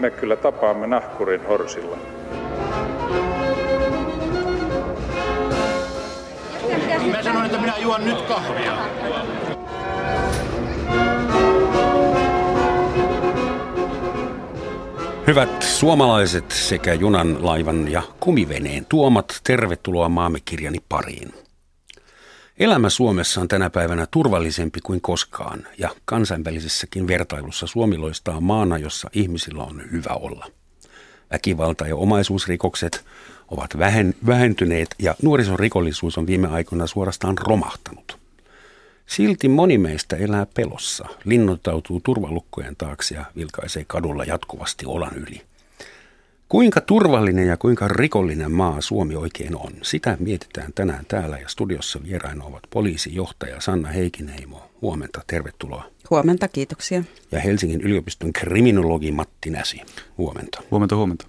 me kyllä tapaamme nahkurin horsilla. Mä sanoin, että minä juon nyt kahvia. Hyvät suomalaiset sekä junan, laivan ja kumiveneen tuomat, tervetuloa maamme kirjani pariin. Elämä Suomessa on tänä päivänä turvallisempi kuin koskaan ja kansainvälisessäkin vertailussa Suomi loistaa maana, jossa ihmisillä on hyvä olla. Väkivalta- ja omaisuusrikokset ovat vähentyneet ja nuorisorikollisuus on viime aikoina suorastaan romahtanut. Silti moni meistä elää pelossa, linnoittautuu turvalukkojen taakse ja vilkaisee kadulla jatkuvasti olan yli. Kuinka turvallinen ja kuinka rikollinen maa Suomi oikein on? Sitä mietitään tänään täällä ja studiossa vieraina ovat poliisijohtaja Sanna Heikinheimo. Huomenta, tervetuloa. Huomenta, kiitoksia. Ja Helsingin yliopiston kriminologi Matti Näsi. Huomenta. Huomenta, huomenta.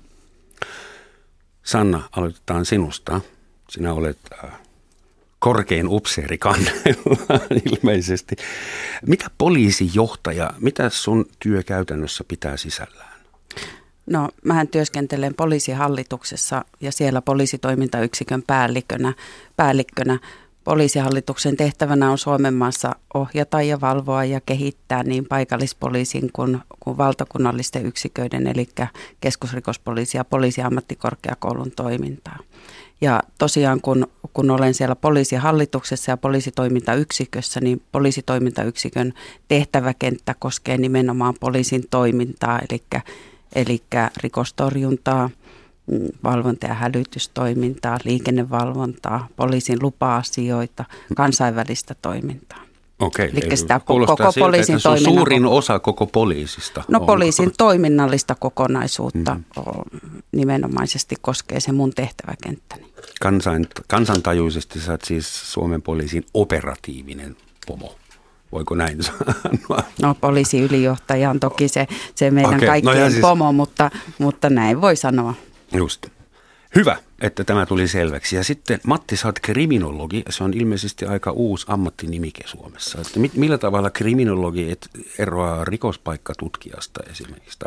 Sanna, aloitetaan sinusta. Sinä olet korkein upseeri kannella ilmeisesti. Mitä poliisijohtaja, mitä sun työ käytännössä pitää sisällään? No, mähän työskentelen poliisihallituksessa ja siellä poliisitoimintayksikön päällikkönä. Poliisihallituksen tehtävänä on Suomen maassa ohjata ja valvoa ja kehittää niin paikallispoliisin kuin valtakunnallisten yksiköiden, eli keskusrikospoliisi ja poliisiammattikorkeakoulun toimintaa. Ja tosiaan kun olen siellä poliisihallituksessa ja poliisitoimintayksikössä, niin poliisitoimintayksikön tehtäväkenttä koskee nimenomaan poliisin toimintaa, eli rikostorjuntaa, valvonta- ja hälytystoimintaa, liikennevalvontaa, poliisin lupa-asioita, kansainvälistä toimintaa. Okei, eli sitä kuulostaa koko siltä, poliisin että se on suurin osa koko poliisista. No poliisin toiminnallista kokonaisuutta nimenomaisesti koskee se mun tehtäväkenttäni. Kansantajuisesti sä oot siis Suomen poliisin operatiivinen pomo. Voiko näin sanoa? No poliisiylijohtaja on toki se meidän kaikkien pomo, mutta näin voi sanoa. Just. Hyvä, että tämä tuli selväksi. Ja sitten Matti, sä oot kriminologi. Se on ilmeisesti aika uusi ammattinimike Suomessa. Että millä tavalla kriminologi eroaa rikospaikkatutkijasta esimerkiksi?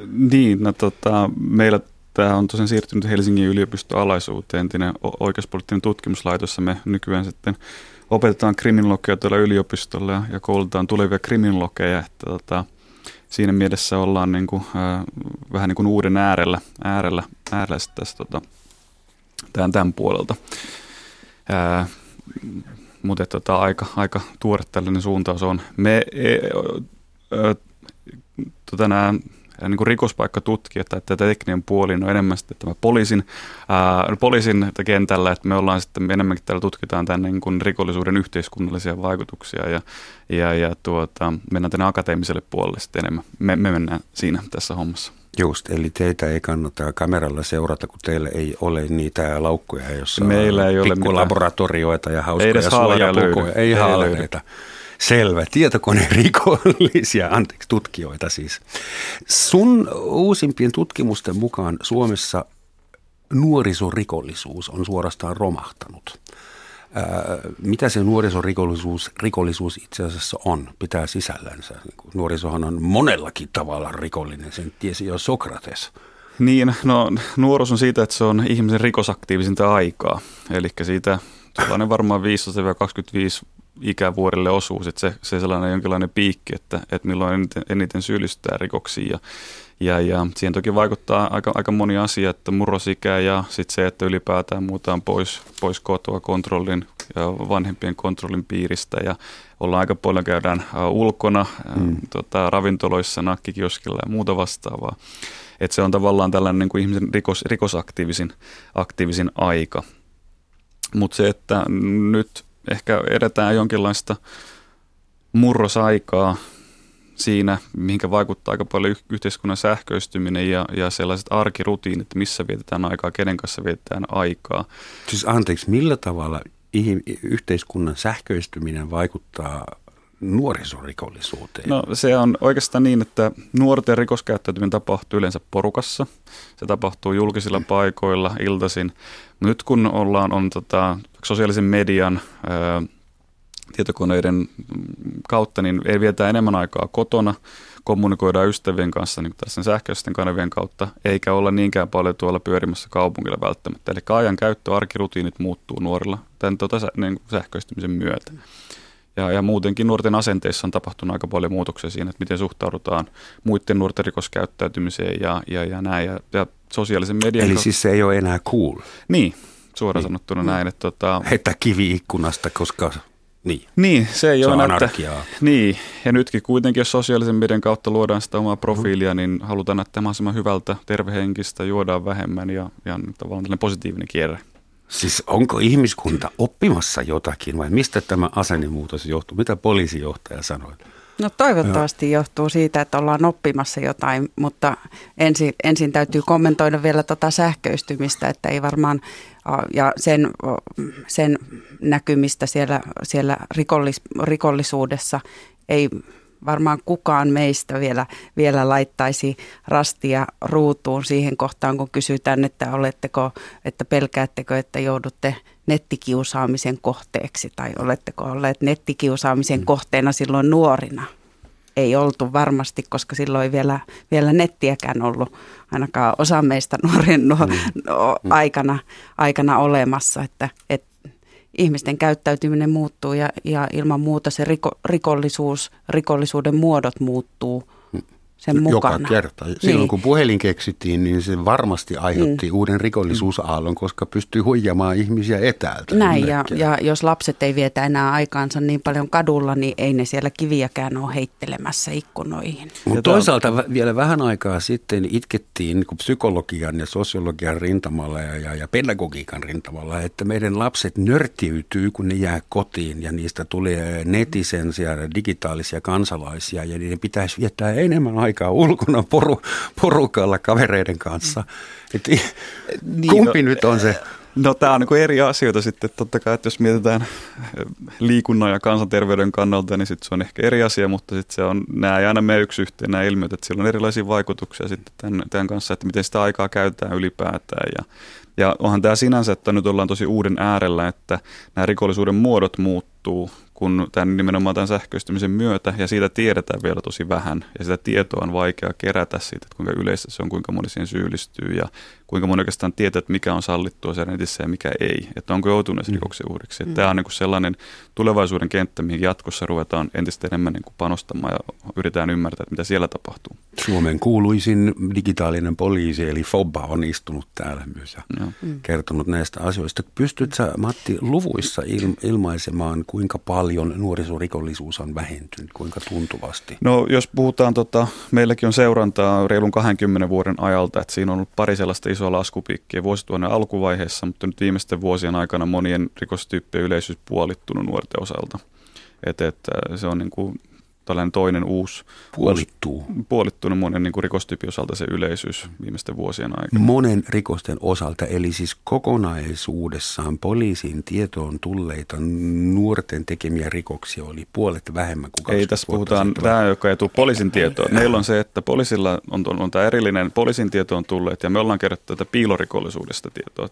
Meillä tämä on tosiaan siirtynyt Helsingin yliopiston alaisuuteen, entinen oikeuspoliittinen tutkimuslaitos. Me nykyään sitten opetetaan kriminologiaa tuolla yliopistolla ja koulutetaan tulevia kriminologeja. Että siinä mielessä ollaan vähän niin kuin uuden äärellä tässä tämän puolelta. Mutta aika tuore tällainen suuntaus on. Nämä niin kuin rikospaikkatutkijat tai tämä tekninen puoli on enemmän sitten tämä poliisin kentällä, että me ollaan sitten enemmänkin täällä tutkitaan tämän niin kuin rikollisuuden yhteiskunnallisia vaikutuksia ja mennään tänne akateemiselle puolelle sitten enemmän. Me mennään siinä tässä hommassa. Just, eli teitä ei kannata kameralla seurata, kun teillä ei ole niitä laukkuja, jossa meillä ei ole pikkulaboratorioita ja hauskoja suojapukoja. Ei haaleita. Selvä. Tietokonerikollisia, tutkijoita siis. Sun uusimpien tutkimusten mukaan Suomessa nuorisorikollisuus on suorastaan romahtanut. Mitä se nuorisorikollisuus itse asiassa on, pitää sisällänsä? Nuorisohan on monellakin tavalla rikollinen, sen tiesi jo Sokrates. Niin, no nuoruus on siitä, että se on ihmisen rikosaktiivisinta aikaa. Eli siitä sellainen varmaan 15-25 ikävuodelle osuus, että se sellainen jonkinlainen piikki, että milloin eniten syyllistää rikoksiin. Ja siihen toki vaikuttaa aika moni asia, että murrosikä ja sitten se, että ylipäätään muutaan pois kotoa kontrollin ja vanhempien kontrollin piiristä ja ollaan aika paljon käydään ulkona, ravintoloissa, nakkikioskilla ja muuta vastaavaa. Että se on tavallaan tällainen niin kuin ihmisen rikosaktiivisin aika. Mutta se, että nyt ehkä edetään jonkinlaista murrosaikaa siinä, mihinkä vaikuttaa aika paljon yhteiskunnan sähköistyminen ja sellaiset arkirutiinit, missä vietetään aikaa, kenen kanssa vietetään aikaa. Siis anteeksi, millä tavalla yhteiskunnan sähköistyminen vaikuttaa nuorisorikollisuuteen? No se on oikeastaan niin, että nuorten rikoskäyttäytyminen tapahtuu yleensä porukassa. Se tapahtuu julkisilla paikoilla iltaisin. Nyt kun on sosiaalisen median tietokoneiden kautta, niin ei vietä enemmän aikaa kotona, kommunikoidaan ystävien kanssa niin tässä sähköisten kanavien kautta, eikä olla niinkään paljon tuolla pyörimässä kaupungilla välttämättä. Eli ajan käyttö, arkirutiinit muuttuu nuorilla tämän niin sähköistymisen myötä. Ja muutenkin nuorten asenteissa on tapahtunut aika paljon muutoksia siinä, että miten suhtaudutaan muiden nuorten rikoskäyttäytymiseen ja näin. Ja sosiaalisen median... Eli siis se ei ole enää cool. Niin, suoraan sanottuna näin. Että kivi ikkunasta, koska... Niin, se ei ole anarkiaa. Niin, ja nytkin kuitenkin, jos sosiaalisen median kautta luodaan sitä omaa profiilia, niin halutaan näyttää mahdollisimman hyvältä, tervehenkistä, juodaan vähemmän ja tavallaan tällainen positiivinen kierre. Siis onko ihmiskunta oppimassa jotakin vai mistä tämä asennemuutos johtuu? Mitä poliisijohtaja sanoi? No toivottavasti johtuu siitä, että ollaan oppimassa jotain, mutta ensin täytyy kommentoida vielä sähköistymistä, että ei varmaan, ja sen näkymistä siellä rikollisuudessa ei varmaan kukaan meistä vielä laittaisi rastia ruutuun siihen kohtaan, kun kysytään, että pelkäättekö, että joudutte nettikiusaamisen kohteeksi tai oletteko olleet nettikiusaamisen kohteena silloin nuorina. Ei oltu varmasti, koska silloin ei vielä nettiäkään ollut ainakaan osa meistä nuoren aikana olemassa, että ihmisten käyttäytyminen muuttuu ja ilman muuta se rikollisuuden muodot muuttuu sen mukana. Joka kerta. Silloin kun puhelin keksittiin, niin se varmasti aiheutti uuden rikollisuusaallon, koska pystyy huijamaan ihmisiä etäältä. Näin, ja jos lapset ei vietä enää aikaansa niin paljon kadulla, niin ei ne siellä kiviäkään ole heittelemässä ikkunoihin. Mutta toisaalta vielä vähän aikaa sitten itkettiin niin kuin psykologian ja sosiologian rintamalla ja pedagogiikan rintamalla, että meidän lapset nörttiytyy, kun ne jää kotiin ja niistä tulee netisensiä ja digitaalisia kansalaisia ja niiden pitäisi viettää enemmän aikaa ulkona porukalla kavereiden kanssa. Kumpi nyt on se? No tämä on niin eri asioita sitten totta kai, että jos mietitään liikunnan ja kansanterveyden kannalta, niin sitten se on ehkä eri asia, mutta sitten se on, nämä ei aina mene yksi yhteen nämä ilmiöt, että sillä on erilaisia vaikutuksia sitten tämän kanssa, että miten sitä aikaa käytetään ylipäätään ja onhan tämä sinänsä, että nyt ollaan tosi uuden äärellä, että nämä rikollisuuden muodot muuttuu, kun nimenomaan tämän sähköistymisen myötä, ja siitä tiedetään vielä tosi vähän, ja sitä tietoa on vaikea kerätä siitä, että kuinka yleistä se on, kuinka moni siihen syyllistyy, ja kuinka moni oikeastaan tietää, että mikä on sallittua siellä netissä ja mikä ei, että onko joutuneet rikoksen uhriksi. Tämä on niin kuin sellainen tulevaisuuden kenttä, mihin jatkossa ruvetaan entistä enemmän niin kuin panostamaan, ja yritetään ymmärtää, että mitä siellä tapahtuu. Suomen kuuluisin digitaalinen poliisi, eli FOBA, on istunut täällä myös ja kertonut näistä asioista. Pystytkö sä, Matti, luvuissa ilmaisemaan, kuinka paljon nuorisorikollisuus on vähentynyt, kuinka tuntuvasti? No jos puhutaan, meilläkin on seurantaa reilun 20 vuoden ajalta, että siinä on ollut pari sellaista isoa laskupiikkiä vuosituhannen alkuvaiheessa, mutta nyt viimeisten vuosien aikana monien rikostyyppien yleisyys puolittunut nuorten osalta. Että se on niin kuin tällainen toinen uusi puolittunut monen niin kuin rikostyypin osalta se yleisyys viimeisten vuosien aikana. Monen rikosten osalta, eli siis kokonaisuudessaan poliisin tietoon tulleita nuorten tekemiä rikoksia oli puolet vähemmän kuin 20 Ei, tässä puhutaan tämä, joka ei tule poliisin tietoon. Meillä on se, että poliisilla on tämä erillinen poliisin tietoon tulleet, ja me ollaan kerätty tätä piilorikollisuudesta tietoa,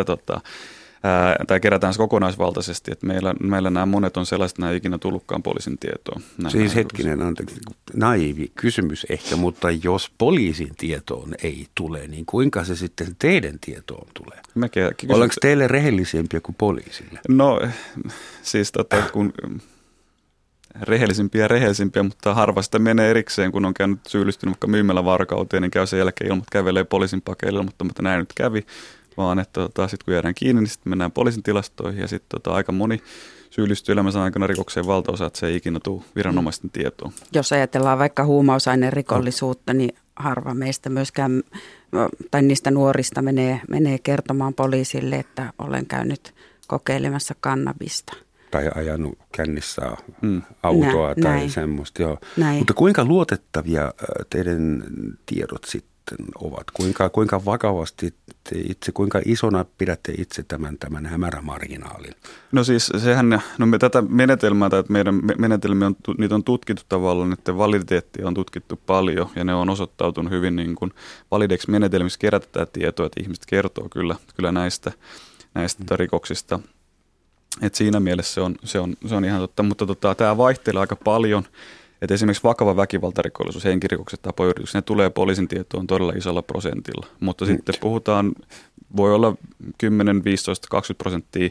tai kerätään se kokonaisvaltaisesti, että meillä nämä monet on sellaiset, että nämä ei ikinä tullutkaan poliisin tietoon. Siis hetkinen, anteeksi, naivi kysymys ehkä, mutta jos poliisin tietoon ei tule, niin kuinka se sitten teidän tietoon tulee? Ollaanko teille rehellisempiä kuin poliisille? No siis kun rehellisimpiä, mutta harva sitä menee erikseen, kun on käynyt syyllistynyt vaikka myymälävarkauteen, niin käy sen jälkeen kävelee poliisin pakeille, mutta näin nyt kävi. Vaan että sitten kun jäädään kiinni, niin sitten mennään poliisin tilastoihin ja sitten aika moni syyllistyy elämänsä aikana rikokseen valtaosa, että se ei ikinä tule viranomaisten tietoon. Jos ajatellaan vaikka huumausainerikollisuutta, niin harva meistä myöskään, tai niistä nuorista menee kertomaan poliisille, että olen käynyt kokeilemassa kannabista. Tai ajanut kännissä autoa tai semmoista. Joo. Mutta kuinka luotettavia teidän tiedot sitten ovat? Kuinka vakavasti te itse, kuinka isona pidätte itse tämän hämärämarginaalin? No siis sehän, tätä menetelmää, että meidän menetelmiä niitä on tutkittu tavallaan, että validiteettia on tutkittu paljon ja ne on osoittautunut hyvin niin kuin valideiksi menetelmissä kerätä tietoa, että ihmiset kertoo kyllä näistä rikoksista. Et siinä mielessä se on ihan totta, mutta tämä vaihtelee aika paljon. Et esimerkiksi vakava väkivaltarikollisuus, henkirikokset, tapoyritykset, ne tulee poliisin tietoon todella isolla prosentilla. Mutta sitten puhutaan, voi olla 10, 15, 20%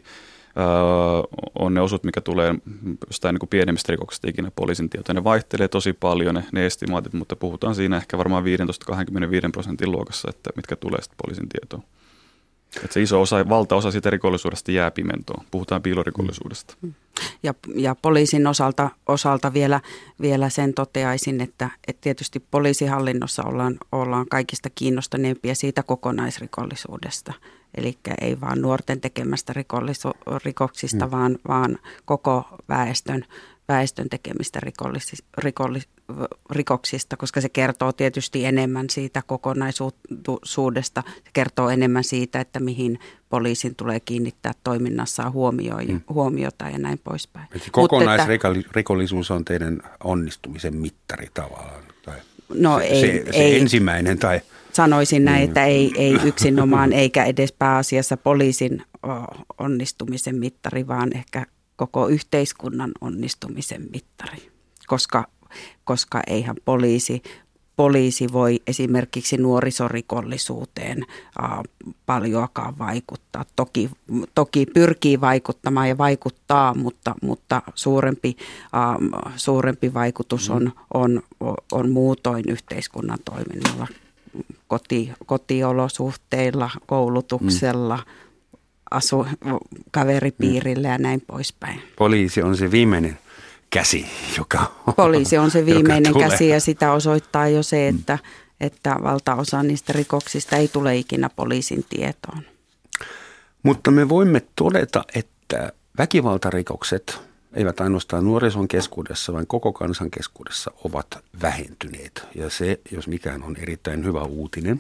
on ne osut, mikä tulee jostain niin kuin pienemmistä rikoksista ikinä poliisin tietoon. Ne vaihtelee tosi paljon ne estimaatit, mutta puhutaan siinä ehkä varmaan 15-25% luokassa, että mitkä tulee sitten poliisin tietoon. Että se iso osa, valtaosa siitä rikollisuudesta jää pimentoon. Puhutaan piilorikollisuudesta. Ja poliisin osalta vielä sen toteaisin, että tietysti poliisihallinnossa ollaan kaikista kiinnostuneempia siitä kokonaisrikollisuudesta. Eli ei vaan nuorten tekemästä rikoksista, vaan koko väestön tekemistä rikoksista, koska se kertoo tietysti enemmän siitä kokonaisuudesta. Se kertoo enemmän siitä, että mihin poliisin tulee kiinnittää toiminnassaan huomiota ja näin poispäin. Kokonaisrikollisuus on teidän onnistumisen mittari tavallaan? Tai no se ensimmäinen tai... Sanoisin näin, että ei yksinomaan eikä edes pääasiassa poliisin onnistumisen mittari, vaan ehkä koko yhteiskunnan onnistumisen mittari, koska eihän poliisi voi esimerkiksi nuorisorikollisuuteen paljoakaan vaikuttaa. Toki pyrkii vaikuttamaan ja vaikuttaa, mutta suurempi vaikutus on muutoin yhteiskunnan toiminnalla. Kotiolosuhteilla, koulutuksella, kaveripiirillä ja näin poispäin. Poliisi on se viimeinen käsi, joka Poliisi on se viimeinen käsi ja sitä osoittaa jo se, että valtaosa niistä rikoksista ei tule ikinä poliisin tietoon. Mutta me voimme todeta, että väkivaltarikokset eivät ainoastaan nuorison keskuudessa, vaan koko kansan keskuudessa ovat vähentyneet. Ja se, jos mikään, on erittäin hyvä uutinen.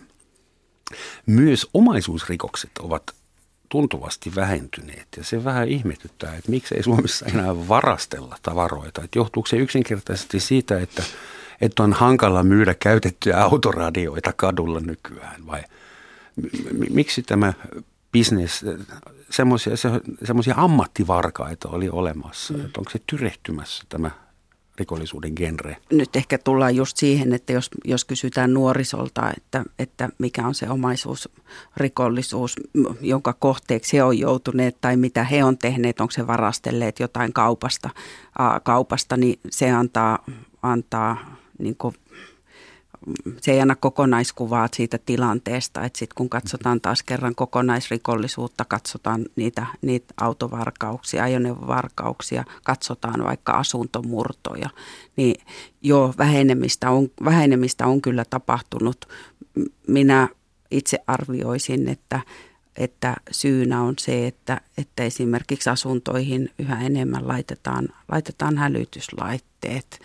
Myös omaisuusrikokset ovat tuntuvasti vähentyneet. Ja se vähän ihmetyttää, että miksei Suomessa enää varastella tavaroita. Että johtuuko se yksinkertaisesti siitä, että on hankala myydä käytettyjä autoradioita kadulla nykyään? Vai miksi tämä business, semmoisia ammattivarkaita oli olemassa? Että onko se tyrehtymässä tämä rikollisuuden genre? Nyt ehkä tullaan just siihen, että jos kysytään nuorisolta, että mikä on se omaisuusrikollisuus, jonka kohteeksi he on joutuneet tai mitä he on tehneet, onko se varastelleet jotain kaupasta, niin se antaa niin kuin, se ei anna kokonaiskuvaa siitä tilanteesta, että sitten kun katsotaan taas kerran kokonaisrikollisuutta, katsotaan niitä autovarkauksia, ajoneuvovarkauksia, katsotaan vaikka asuntomurtoja, niin jo vähenemistä on kyllä tapahtunut. Minä itse arvioisin, että syynä on se, että esimerkiksi asuntoihin yhä enemmän laitetaan hälytyslaitteet.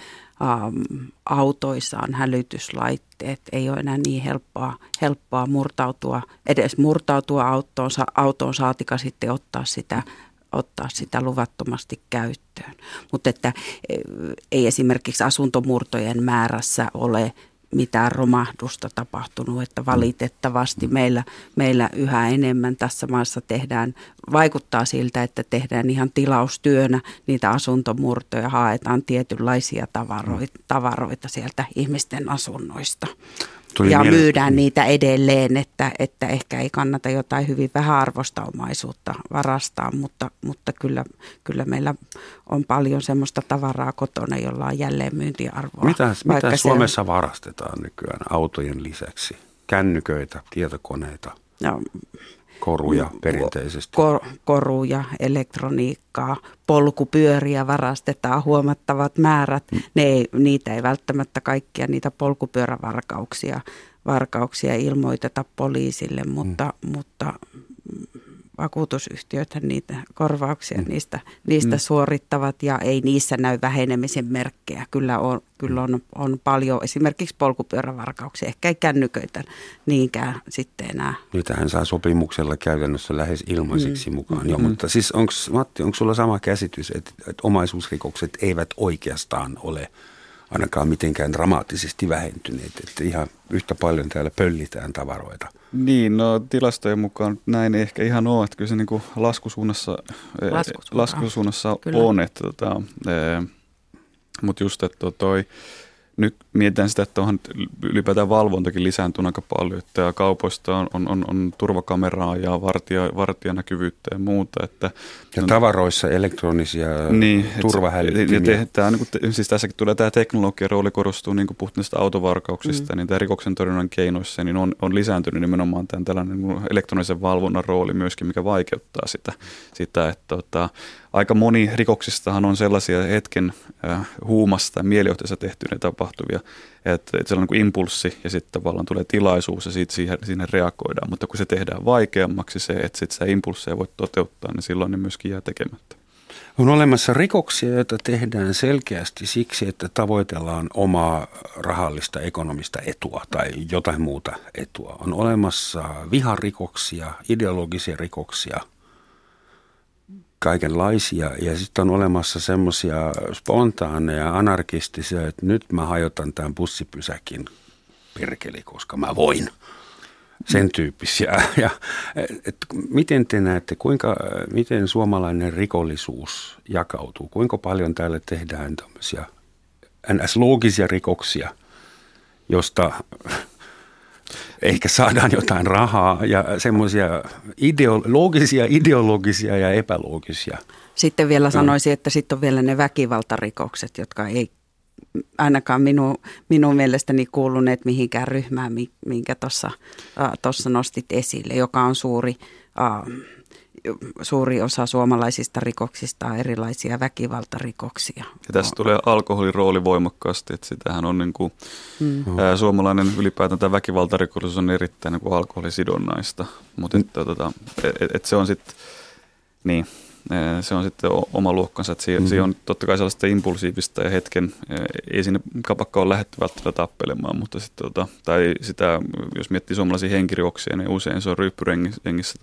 Autoissa on hälytyslaitteet, ei ole enää niin helppoa murtautua autoon saatika sitten ottaa sitä luvattomasti käyttöön. Mutta että ei esimerkiksi asuntomurtojen määrässä ole mitään romahdusta tapahtunut, että valitettavasti meillä yhä enemmän tässä maassa vaikuttaa siltä, että tehdään ihan tilaustyönä niitä asuntomurtoja, haetaan tietynlaisia tavaroita sieltä ihmisten asunnoista. Ja myydään niitä edelleen, että ehkä ei kannata jotain hyvin vähäarvoista omaisuutta varastaa, mutta kyllä meillä on paljon semmoista tavaraa kotona, jolla on jälleen myyntiarvoa. Mitä Suomessa varastetaan nykyään autojen lisäksi? Kännyköitä, tietokoneita, koruja perinteisesti? Koruja, elektroniikkaa, polkupyöriä varastetaan huomattavat määrät. Niitä ei välttämättä kaikkia niitä polkupyörävarkauksia ilmoiteta poliisille, mutta vakuutusyhtiöthän niitä korvauksia niistä suorittavat ja ei niissä näy vähenemisen merkkejä. Kyllä on paljon esimerkiksi polkupyörävarkauksia, ehkä ei kännyköitä niinkään sitten enää. Niitähän saa sopimuksella käytännössä lähes ilmaiseksi mukaan. Jo, mutta siis Matti, onko sulla sama käsitys, että omaisuusrikokset eivät oikeastaan ole ainakaan mitenkään dramaattisesti vähentyneet, että ihan yhtä paljon täällä pöllitään tavaroita. Niin, no tilastojen mukaan näin ei ehkä ihan ole, että kyllä se niin kuin laskusuunnassa on, että mutta just, että nyt mietitään sitä, että onhan ylipäätään valvontakin lisääntynyt aika paljon, että kaupoista on turvakameraa ja vartijanäkyvyyttä ja muuta. Ja tavaroissa elektronisia turvahälyttimiä. Siis tässäkin tulee tämä teknologian rooli korostuu niin puhtaista autovarkauksista, niin tämä rikoksen torjunnan keinoissa niin on lisääntynyt nimenomaan tämän tällainen elektronisen valvonnan rooli myöskin, mikä vaikeuttaa sitä että aika moni rikoksistahan on sellaisia hetken huumasta ja mielijohteessa tehtyjä tapahtuvia, että se on niin kuin impulssi ja sitten tavallaan tulee tilaisuus ja siihen reagoidaan. Mutta kun se tehdään vaikeammaksi se, että sitten sitä impulssia voi toteuttaa, niin silloin ne myöskin jää tekemättä. On olemassa rikoksia, joita tehdään selkeästi siksi, että tavoitellaan omaa rahallista ekonomista etua tai jotain muuta etua. On olemassa viharikoksia, ideologisia rikoksia, kaikenlaisia. Ja sitten on olemassa semmoisia spontaaneja, anarkistisia, että nyt mä hajotan tämän bussipysäkin perkeli, koska mä voin. Sen tyyppisiä. Ja, miten te näette, miten suomalainen rikollisuus jakautuu? Kuinka paljon täällä tehdään tämmöisiä NS-loogisia rikoksia, josta ehkä saadaan jotain rahaa ja semmoisia ideologisia ja epäloogisia. Sitten vielä sanoisin, että sitten on vielä ne väkivaltarikokset, jotka ei ainakaan minun mielestäni kuuluneet mihinkään ryhmään, minkä tuossa nostit esille, joka on suuri osa suomalaisista rikoksista on erilaisia väkivaltarikoksia. Ja tässä tulee alkoholin rooli voimakkaasti, että sitähän on niin kuin, suomalainen ylipäätään tämä väkivaltarikollisuus on erittäin niin kuin alkoholisidonnaista, mutta että se on sitten niin. Se on sitten oma luokkansa, että se on totta kai sellaista impulsiivista ja hetken, ei sinne kapakka ole lähdetty välttämättä tappelemaan, mutta sitten tai sitä, jos miettii suomalaisia henkirikoksia, niin usein se on ryyppyrengissä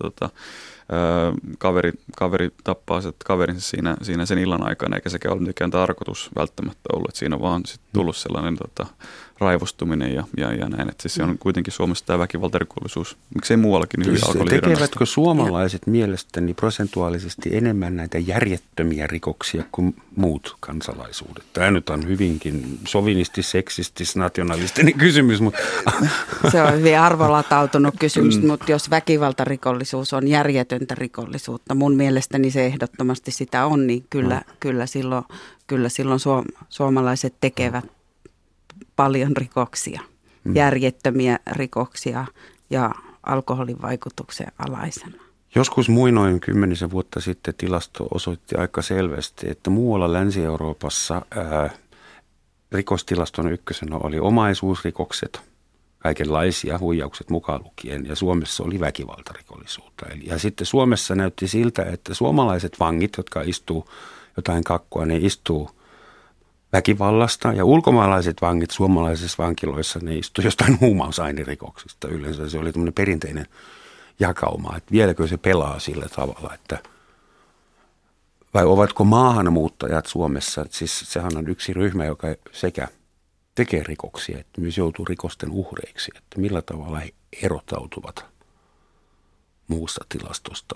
kaveri tappaa kaverinsa siinä sen illan aikana, eikä sekään ole mikään tarkoitus välttämättä ollut, että siinä on vaan sit tullut sellainen raivostuminen ja näin, että siis se on kuitenkin Suomessa tämä väkivaltarikollisuus, miksei muuallakin hyvin alkoholisidonnaista. Tekevätkö suomalaiset mielestäni prosentuaalisesti enemmän näitä järjettömiä rikoksia kuin muut kansalaisuudet? Tämä nyt on hyvinkin sovinistis, seksistis, nationalistinen kysymys, mutta se on hyvin arvolatautunut kysymys, mutta jos väkivaltarikollisuus on järjetöntä rikollisuutta, mun mielestäni se ehdottomasti sitä on, niin kyllä silloin suomalaiset tekevät paljon rikoksia, järjettömiä rikoksia ja alkoholin vaikutuksen alaisena. Joskus muinoin 10 vuotta sitten tilasto osoitti aika selvästi, että muualla Länsi-Euroopassa rikostilaston ykkösenä oli omaisuusrikokset, kaikenlaisia huijaukset mukaan lukien, ja Suomessa oli väkivaltarikollisuutta. Ja sitten Suomessa näytti siltä, että suomalaiset vangit, jotka istuu jotain kakkua, ne istuu väkivallasta, ja ulkomaalaiset vangit suomalaisissa vankiloissa, ne istuu jostain huumausainerikoksista. Yleensä se oli tämmöinen perinteinen jakauma, että vieläkö se pelaa sillä tavalla, että vai ovatko maahanmuuttajat Suomessa, että siis sehän on yksi ryhmä, joka sekä tekee rikoksia, että myös joutuu rikosten uhreiksi, että millä tavalla he erottautuvat muusta tilastosta.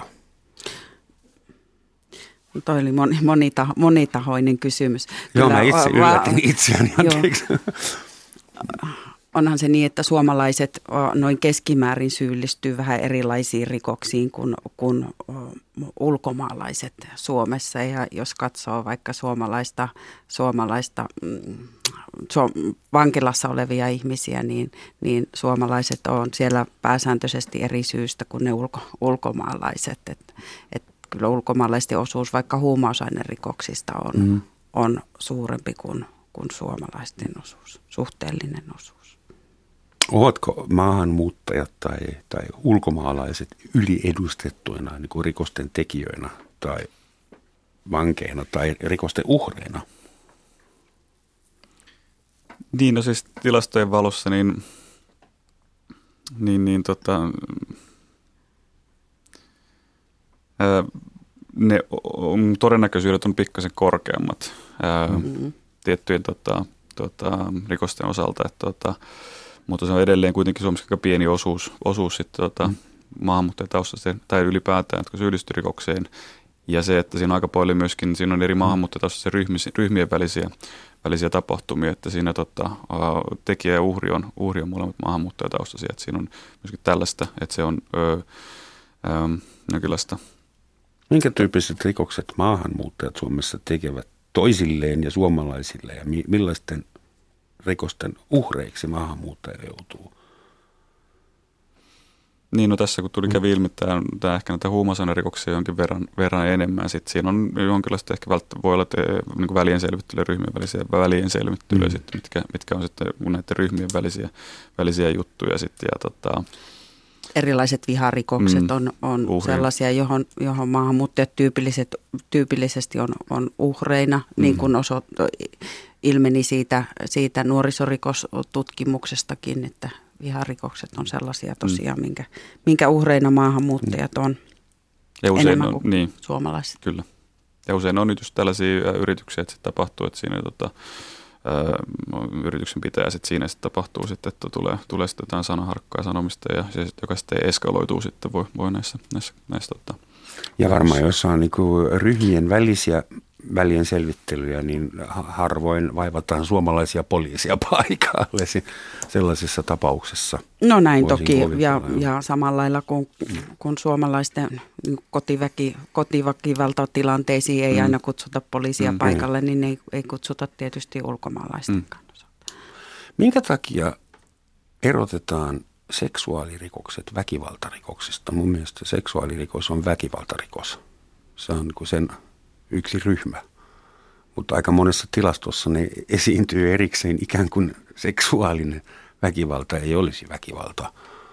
Toi oli monitahoinen kysymys. Joo, mä itse yllätin itseäni, anteeksi. Onhan se niin, että suomalaiset noin keskimäärin syyllistyy vähän erilaisiin rikoksiin kuin ulkomaalaiset Suomessa. Ja jos katsoo vaikka suomalaista vankilassa olevia ihmisiä, niin suomalaiset on siellä pääsääntöisesti eri syystä kuin ne ulkomaalaiset. Et kyllä ulkomaalaisten osuus vaikka huumausainerikoksista on suurempi kuin suomalaisten osuus, suhteellinen osuus. Ovatko maahanmuuttajat tai ulkomaalaiset yliedustettuina niin kuin rikosten tekijöinä tai vankeina tai rikosten uhreina? Niin, no siis tilastojen valossa ne todennäköisyydet on pikkasen korkeammat tiettyjen rikosten osalta, mutta se on edelleen kuitenkin Suomessa aika pieni osuus sitten maahanmuuttajataustaisten tai ylipäätään, jotka syyllistyy rikokseen. Ja se, että siinä on aika paljon myöskin, siinä on eri maahanmuuttajataustaisten ryhmien välisiä tapahtumia, että siinä tekijä ja uhri on molemmat maahanmuuttajataustaisia, että siinä on myöskin tällaista, että se on jonkinlaista. Minkä tyyppiset rikokset maahanmuuttajat Suomessa tekevät toisilleen ja suomalaisille ja millaisten rikosten uhreiksi maahanmuuttaja joutuu? Niin, no tässä kun kävi ilmi, tämä ehkä näitä huumausainerikoksia jonkin verran enemmän. Sitten siinä on jonkinlaista ehkä voi olla niin välienselvittelyä, ryhmien välienselvittelyä, mitkä on sitten näiden ryhmien välisiä juttuja. Sitten, ja erilaiset viharikokset on sellaisia, johon maahanmuuttajat tyypillisesti on uhreina, niin kuin ilmeni siitä nuorisorikostutkimuksestakin, että viharikokset on sellaisia tosiaan, minkä uhreina maahanmuuttajat on ja usein enemmän kuin suomalaiset. Kyllä. Ja usein on nyt just tällaisia yrityksiä, että se tapahtuu, että siinä yrityksen pitää sitten siinä sitten tapahtuu sitten, että tulee sitten jotain sanaharkkaa sanomista ja se, joka sitten eskaloituu sitten voi näissä ja varmaan jos on niinku ryhmien välien selvittelyjä, niin harvoin vaivataan suomalaisia poliisia paikalle sellaisessa tapauksessa. No näin toki, ja samalla lailla kun suomalaisten kotiväkivaltatilanteisiin ei aina kutsuta poliisia paikalle, niin ei kutsuta tietysti ulkomaalaistenkaan osalta. Minkä takia erotetaan seksuaalirikokset väkivaltarikoksista? Mun mielestä seksuaalirikos on väkivaltarikos. Se on sen yksi ryhmä, mutta aika monessa tilastossa ne esiintyy erikseen ikään kuin seksuaalinen väkivalta ei olisi väkivalta.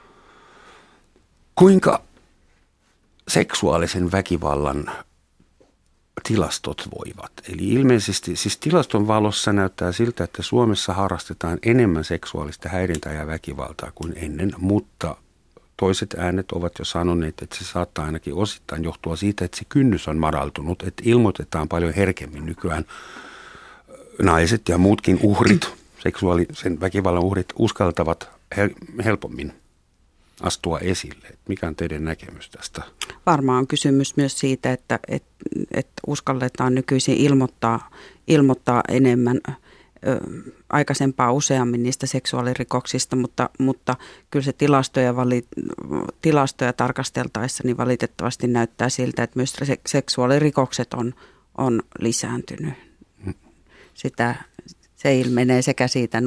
Kuinka seksuaalisen väkivallan tilastot voivat? Eli ilmeisesti siis tilaston valossa näyttää siltä, että Suomessa harrastetaan enemmän seksuaalista häirintää ja väkivaltaa kuin ennen, mutta toiset äänet ovat jo sanoneet, että se saattaa ainakin osittain johtua siitä, että se kynnys on madaltunut, että ilmoitetaan paljon herkemmin nykyään naiset ja muutkin uhrit, seksuaalisen väkivallan uhrit uskaltavat helpommin astua esille. Mikä on teidän näkemys tästä? Varmaan on kysymys myös siitä, että uskalletaan nykyisin ilmoittaa enemmän aikaisempaa useammin niistä seksuaalirikoksista, mutta kyllä se tilastoja tarkasteltaessa niin valitettavasti näyttää siltä, että myös seksuaalirikokset on lisääntynyt. Se ilmenee sekä siitä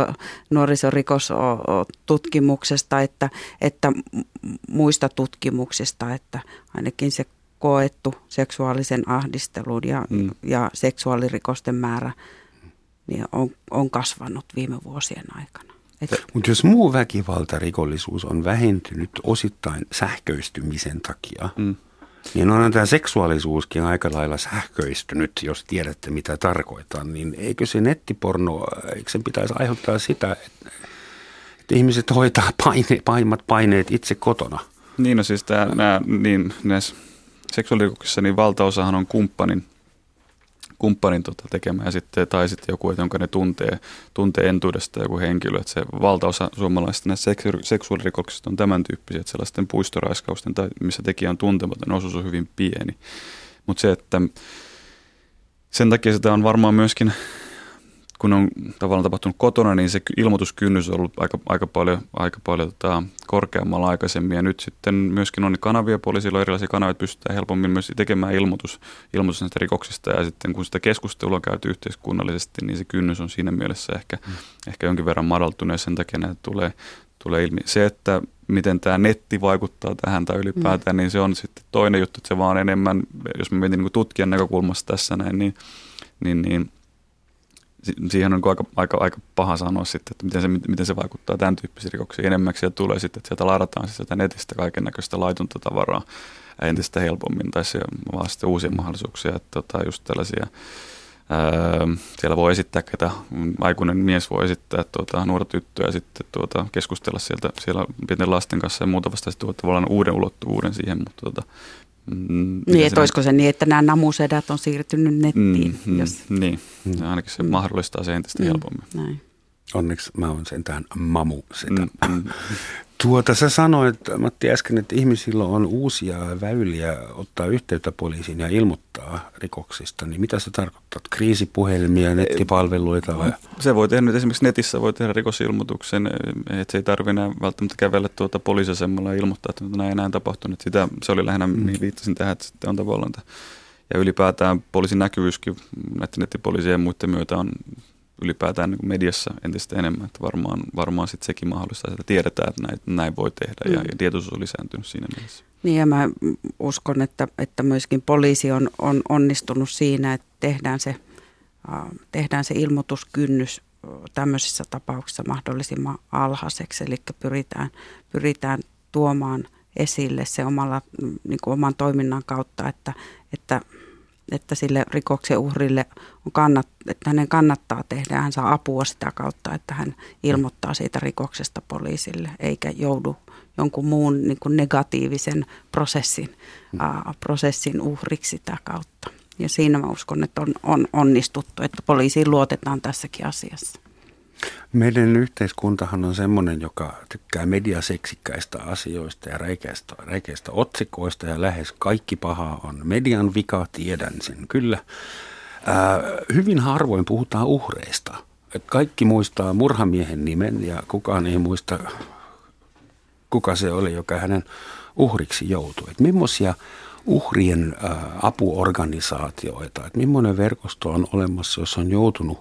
nuorisorikostutkimuksesta että muista tutkimuksista, että ainakin se koettu seksuaalisen ahdistelun ja seksuaalirikosten määrä niin on kasvanut viime vuosien aikana. Mutta jos muu väkivaltarikollisuus on vähentynyt osittain sähköistymisen takia, niin on tämä seksuaalisuuskin aika lailla sähköistynyt, jos tiedätte mitä tarkoitan, niin eikö se nettiporno, eikö sen pitäisi aiheuttaa sitä, että ihmiset hoitaa pahimmat paineet itse kotona? Niin, no siis näissä seksuaalirikoksissa niin valtaosahan on kumppanin tekemä ja tai sitten joku, jonka ne tuntee entuudesta joku henkilö. Että se valtaosa suomalaisista näistä seksuaalirikoksista on tämän tyyppisiä, että sellaisten puistoraiskausten tai missä tekijä on tuntematon osuus on hyvin pieni. Mutta se, että sen takia sitä on varmaan myöskin, kun on tavallaan tapahtunut kotona, niin se ilmoituskynnys on ollut aika paljon korkeammalla aikaisemmin. Ja nyt sitten myöskin on kanavia, poliisilla on erilaisia kanavia, että pystytään helpommin myös tekemään ilmoitus näistä rikoksista. Ja sitten kun sitä keskustelua on käyty yhteiskunnallisesti, niin se kynnys on siinä mielessä ehkä jonkin verran madaltunut ja sen takia näitä tulee ilmi. Se, että miten tämä netti vaikuttaa tähän tai ylipäätään, niin se on sitten toinen juttu, että se vaan enemmän, jos mä mietin niin tutkijan näkökulmasta tässä näin, niin siihen on aika paha sanoa sitten, että miten se vaikuttaa tämän tyyppisiin rikoksiin. Enemmäksi sieltä tulee sitten, että sieltä ladataan sieltä netistä kaiken näköistä laitonta tavaraa entistä helpommin tai se vaan sitten uusia mahdollisuuksia, että just tällaisia. Siellä voi esittää, ketä aikuinen mies voi esittää nuorta tyttöä ja sitten keskustella siellä pienten lasten kanssa ja muuta vasta sitten tavallaan uuden ulottuvuuden siihen, mutta Niin, että olisiko se niin, että nämä namusedät on siirtynyt nettiin? Niin, ainakin se mahdollistaa se entistä helpommin. Näin. Onneksi mä oon sentään mamu-setä. Sä sanoit, Matti, äsken, että ihmisillä on uusia väyliä ottaa yhteyttä poliisiin ja ilmoittaa rikoksista. Niin mitä se tarkoittaa? Kriisipuhelimia, nettipalveluita vai? Se voi tehdä nyt esimerkiksi netissä, voi tehdä rikosilmoituksen, että se ei tarvitse enää välttämättä kävellä poliisiasemalla ja ilmoittaa, että näin enää tapahtunut. Se oli lähinnä, mihin viittasin tähän, että sitten on tavallaan. Ja ylipäätään poliisin näkyvyyskin näiden nettipoliisien ja muiden myötä on ylipäätään niin kuin mediassa entistä enemmän, että varmaan sitten sekin mahdollistaa, että tiedetään, että näin voi tehdä ja tietoisuus on lisääntynyt siinä mielessä. Niin ja mä uskon, että myöskin poliisi on onnistunut siinä, että tehdään se ilmoituskynnys tämmöisissä tapauksissa mahdollisimman alhaiseksi, eli pyritään tuomaan esille se niin kuin oman toiminnan kautta, että sille rikoksen uhrille että hänen kannattaa tehdä ja hän saa apua sitä kautta, että hän ilmoittaa siitä rikoksesta poliisille, eikä joudu jonkun muun niin kuin negatiivisen prosessin uhriksi sitä kautta. Ja siinä mä uskon, että on onnistuttu, että poliisiin luotetaan tässäkin asiassa. Meidän yhteiskuntahan on semmoinen, joka tykkää mediaseksikkäistä asioista ja räikeistä otsikoista ja lähes kaikki paha on median vika, tiedän sen kyllä. Hyvin harvoin puhutaan uhreista. Kaikki muistaa murhamiehen nimen ja kukaan ei muista, kuka se oli, joka hänen uhriksi joutui. Että millaisia uhrien apuorganisaatioita, että millainen verkosto on olemassa, jos on joutunut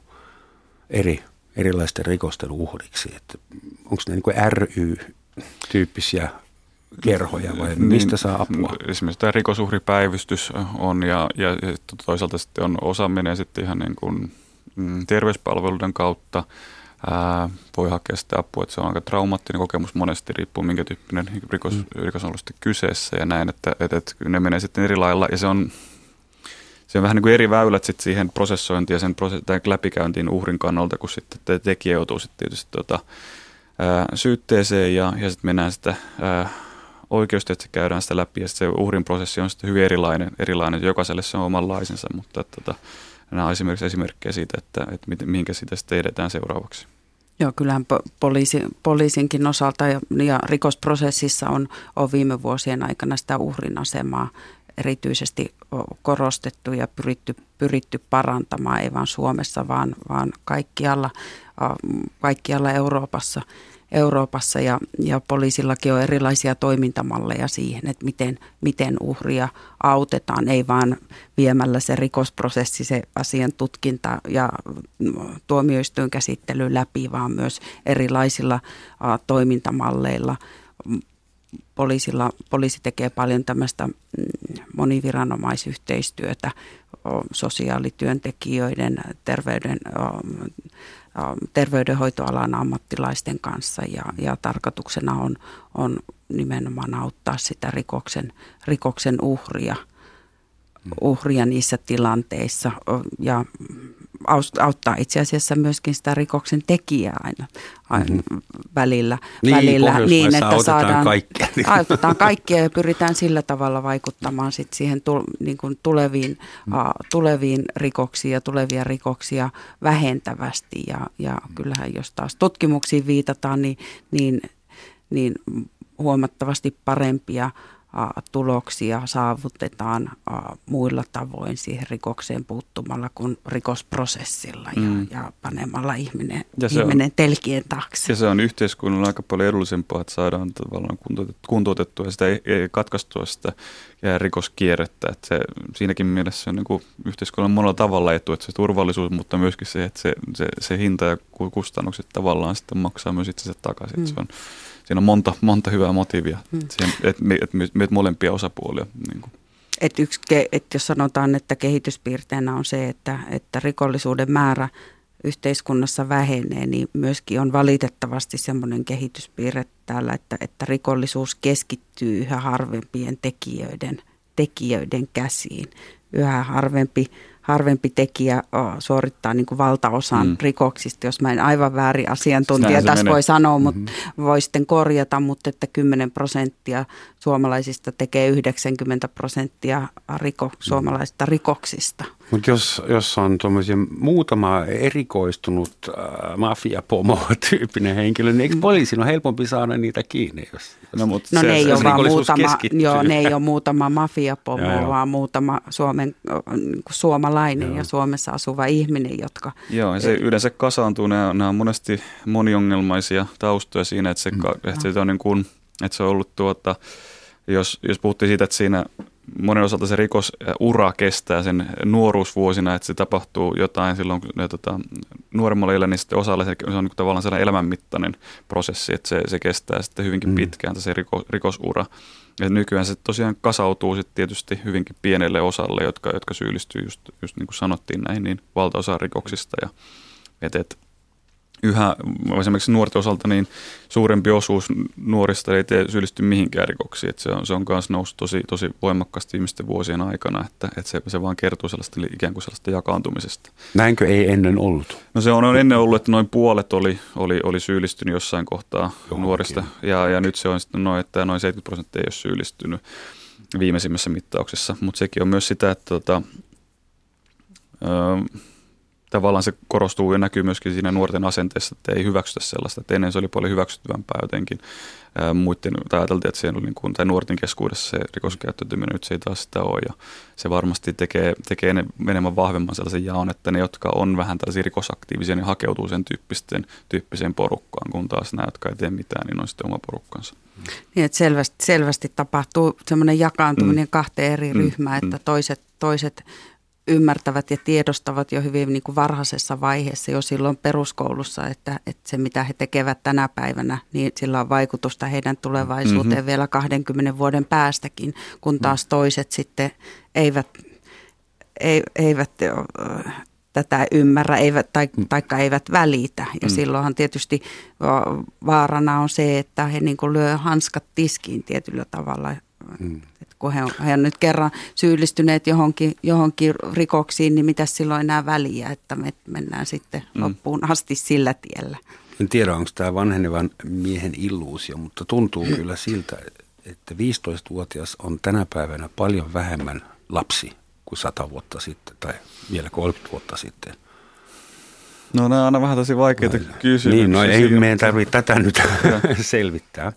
erilaisten rikosten uhriksi. Että onko ne niin kuin ry-tyyppisiä kerhoja vai mistä saa apua? Esimerkiksi tämä rikosuhripäivystys on ja toisaalta sitten on osa menee sitten ihan niin kuin terveyspalveluiden kautta. Voi hakea sitä apua, että se on aika traumaattinen kokemus monesti, riippuu minkä tyyppinen rikos on ollut kyseessä ja näin, että ne menee sitten eri lailla ja se on vähän niin kuin eri väylät sitten siihen prosessointiin ja sen läpikäyntiin uhrin kannalta, kun sitten tekijä joutuu sitten tietysti syytteeseen ja sitten mennään sitä oikeusteitse käydään sitä läpi ja se uhrin prosessi on sitten hyvin erilainen. Jokaiselle se on omanlaisensa, mutta nämä on esimerkkejä siitä, että mihinkä sitä sitten edetään seuraavaksi. Joo, kyllähän poliisinkin osalta ja rikosprosessissa on viime vuosien aikana sitä uhrin asemaa erityisesti korostettu ja pyritty parantamaan, ei vain Suomessa, vaan kaikkialla Euroopassa ja poliisillakin on erilaisia toimintamalleja siihen, että miten uhria autetaan, ei vaan viemällä se rikosprosessi, se asian tutkinta ja tuomioistuin käsittely läpi, vaan myös erilaisilla toimintamalleilla. Poliisi tekee paljon tämmöistä moniviranomaisyhteistyötä sosiaalityöntekijöiden, terveydenhoitoalan ammattilaisten kanssa ja tarkoituksena on nimenomaan auttaa sitä rikoksen uhria niissä tilanteissa ja auttaa itse asiassa myöskin sitä rikoksen tekijää aina välillä niin, että autetaan kaikkia ja pyritään sillä tavalla vaikuttamaan sit siihen niin kuin tuleviin rikoksiin ja tulevia rikoksia vähentävästi ja kyllähän jos taas tutkimuksiin viitataan, niin huomattavasti parempia tuloksia saavutetaan muilla tavoin siihen rikokseen puuttumalla kuin rikosprosessilla ja panemalla ihminen telkien taakse. Ja se on yhteiskunnalle aika paljon edullisempaa, että saadaan tavallaan kuntoutettua ja sitä ei katkaistua sitä rikoskierrettä. Että siinäkin mielessä on niin kuin yhteiskunnan monella tavalla etu, että se turvallisuus, mutta myöskin se, että se hinta ja kustannukset tavallaan sitten maksaa myös itsensä takaisin. Siinä on monta hyvää motiivia, että molempia osapuolia. Niin kuin. Että jos sanotaan, että kehityspiirteenä on se, että rikollisuuden määrä yhteiskunnassa vähenee, niin myöskin on valitettavasti semmoinen kehityspiirre täällä, että rikollisuus keskittyy yhä harvempien tekijöiden käsiin. Yhä harvempi tekijä suorittaa niin kuin valtaosan rikoksista, jos mä en aivan väärin asiantuntija tässä voi sanoa, mutta voi sitten korjata, mutta että 10% suomalaisista tekee 90% suomalaisista rikoksista. Mutta jos on tuommoisia muutama erikoistunut mafiapomo-tyyppinen henkilö, niin eikö poliisin ole helpompi saada niitä kiinni? Ne ei ole vaan ne ei ole muutama mafiapomo, vaan muutama suomalainen ja Suomessa asuva ihminen, jotka... Joo, ja se yleensä kasaantuu. Nämä on monesti moniongelmaisia taustoja siinä, että se on niin kuin, että se on ollut jos puhuttiin siitä, että siinä monen osalta se rikosura kestää sen nuoruusvuosina, että se tapahtuu jotain silloin, kun nuoremmalla iällä, niin sitten osalle se on niin tavallaan sellainen elämänmittainen prosessi, että se kestää sitten hyvinkin pitkään se rikosura. Ja nykyään se tosiaan kasautuu sitten tietysti hyvinkin pienelle osalle, jotka syyllistyy just niin kuin sanottiin näihin niin valtaosaan rikoksista. Ja yhä esimerkiksi nuorten osalta niin suurempi osuus nuorista ei syyllisty mihinkään rikoksiin. Että se on myös noussut tosi voimakkaasti viimeisten vuosien aikana, että se vaan kertoo sellaista ikään kuin sellaista jakaantumisesta. Näinkö ei ennen ollut? No se on ennen ollut, että noin puolet oli syyllistynyt jossain kohtaa nuorista. Ja nyt se on sitten että noin 70% ei ole syyllistynyt viimeisimmässä mittauksessa. Mutta sekin on myös sitä, että tavallaan se korostuu ja näkyy myöskin siinä nuorten asenteessa, että ei hyväksytä sellaista. Että ennen se oli paljon hyväksyttävämpää jotenkin muiden, tai ajateltiin, että siellä oli niin kuin, tai nuorten keskuudessa se rikoskäyttäytyminen, nyt se ei taas sitä ole. Ja se varmasti tekee enemmän vahvemman sellaisen jaon, että ne, jotka on vähän tällaisia rikosaktiivisia, niin hakeutuu sen tyyppiseen porukkaan, kun taas nämä, jotka ei tee mitään, niin on sitten oma porukkansa. Niin, että selvästi tapahtuu semmoinen jakaantuminen kahteen eri ryhmään, että toiset ymmärtävät ja tiedostavat jo hyvin niin kuin varhaisessa vaiheessa jo silloin peruskoulussa, että se mitä he tekevät tänä päivänä, niin sillä on vaikutusta heidän tulevaisuuteen vielä 20 vuoden päästäkin, kun taas toiset sitten eivät tätä ymmärrä taikka eivät välitä. Ja silloinhan tietysti vaarana on se, että he niin kuin lyö hanskat tiskiin tietyllä tavalla. Kun he on nyt kerran syyllistyneet johonkin rikoksiin, niin mitä silloin enää väliä, että me mennään sitten loppuun asti sillä tiellä. En tiedä, onko tämä vanhenevan miehen illuusio, mutta tuntuu kyllä siltä, että 15-vuotias on tänä päivänä paljon vähemmän lapsi kuin 100 vuotta sitten tai vielä 30 vuotta sitten. No nämä on aina vähän tosi vaikeita kysymyksiä. Niin, no ei meidän tarvitse tätä nyt selvittää.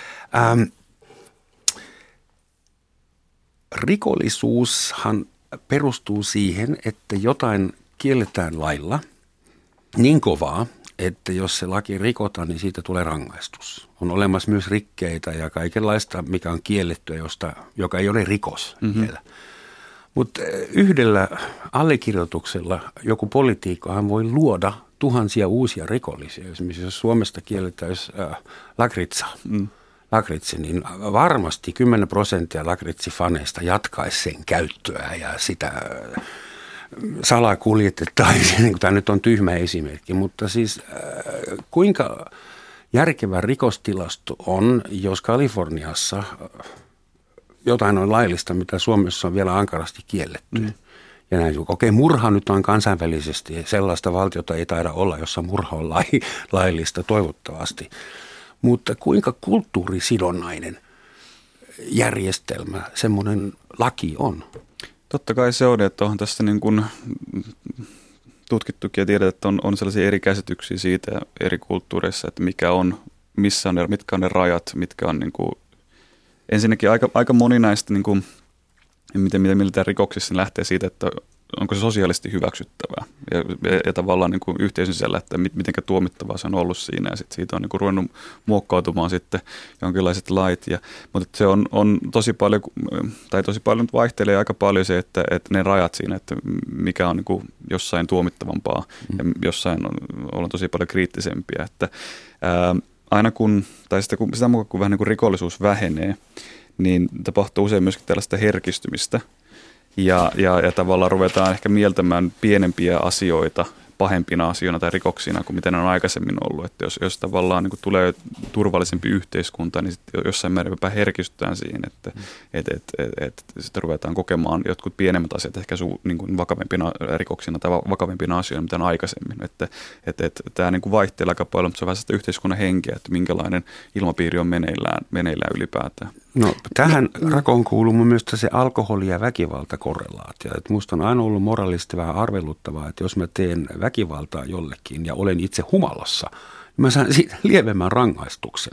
Rikollisuushan perustuu siihen, että jotain kielletään lailla niin kovaa, että jos se laki rikotaan, niin siitä tulee rangaistus. On olemassa myös rikkeitä ja kaikenlaista, mikä on kiellettyä, joka ei ole rikos vielä. Mutta yhdellä allekirjoituksella joku poliitikkohan voi luoda tuhansia uusia rikollisia. Esimerkiksi jos Suomesta kielletään lakritsi, niin varmasti 10% lakritsiffaneista jatkaisi sen käyttöä ja sitä salakuljetettaisiin. Tämä nyt on tyhmä esimerkki, mutta siis kuinka järkevä rikostilasto on, jos Kaliforniassa jotain on laillista, mitä Suomessa on vielä ankarasti kielletty. Ja näin, okei, murha nyt on kansainvälisesti, sellaista valtiota ei taida olla, jossa murha on laillista toivottavasti. Mutta kuinka kulttuurisidonnainen järjestelmä semmoinen laki on? Totta kai se on, että onhan tässä niin kuin tutkittukin ja tiedetään, että on sellaisia eri käsityksiä siitä eri kulttuureissa, että mitkä on ne rajat, mitkä on niin kuin, ensinnäkin aika moni näistä, niin kuin, miten rikoksissa lähtee siitä, että onko se sosiaalisesti hyväksyttävää ja tavallaan niin kuin yhteisön sisällä, että miten tuomittavaa se on ollut siinä ja sitten siitä on niin kuin ruvennut muokkautumaan sitten jonkinlaiset lait. Mutta se on tosi paljon nyt vaihtelee aika paljon se, että ne rajat siinä, että mikä on niin kuin jossain tuomittavampaa ja jossain ollaan tosi paljon kriittisempiä. Että aina sitä mukaan kun vähän niin kuin rikollisuus vähenee, niin tapahtuu usein myöskin tällaista herkistymistä. Ja tavallaan ruvetaan ehkä mieltämään pienempiä asioita pahempina asioina tai rikoksina kuin mitä ne on aikaisemmin ollut. Että jos tavallaan niin kuin tulee turvallisempi yhteiskunta, niin sitten jossain määrin jopa herkistytään siihen, että sitten ruvetaan kokemaan jotkut pienemmät asiat ehkä niin kuin vakavimpina rikoksina tai vakavimpina asioina, mitä on aikaisemmin. Että tämä niin kuin vaihtelee aika paljon, mutta se on vähän sitä yhteiskunnan henkeä, että minkälainen ilmapiiri on meneillään ylipäätään. No tähän rakoon kuuluu myös se alkoholi- ja väkivaltakorrelaatio. Minusta on aina ollut moraalisesti vähän arveluttavaa, että jos mä teen väkivaltaa jollekin ja olen itse humalassa, niin mä saan siitä lievemmän rangaistuksen.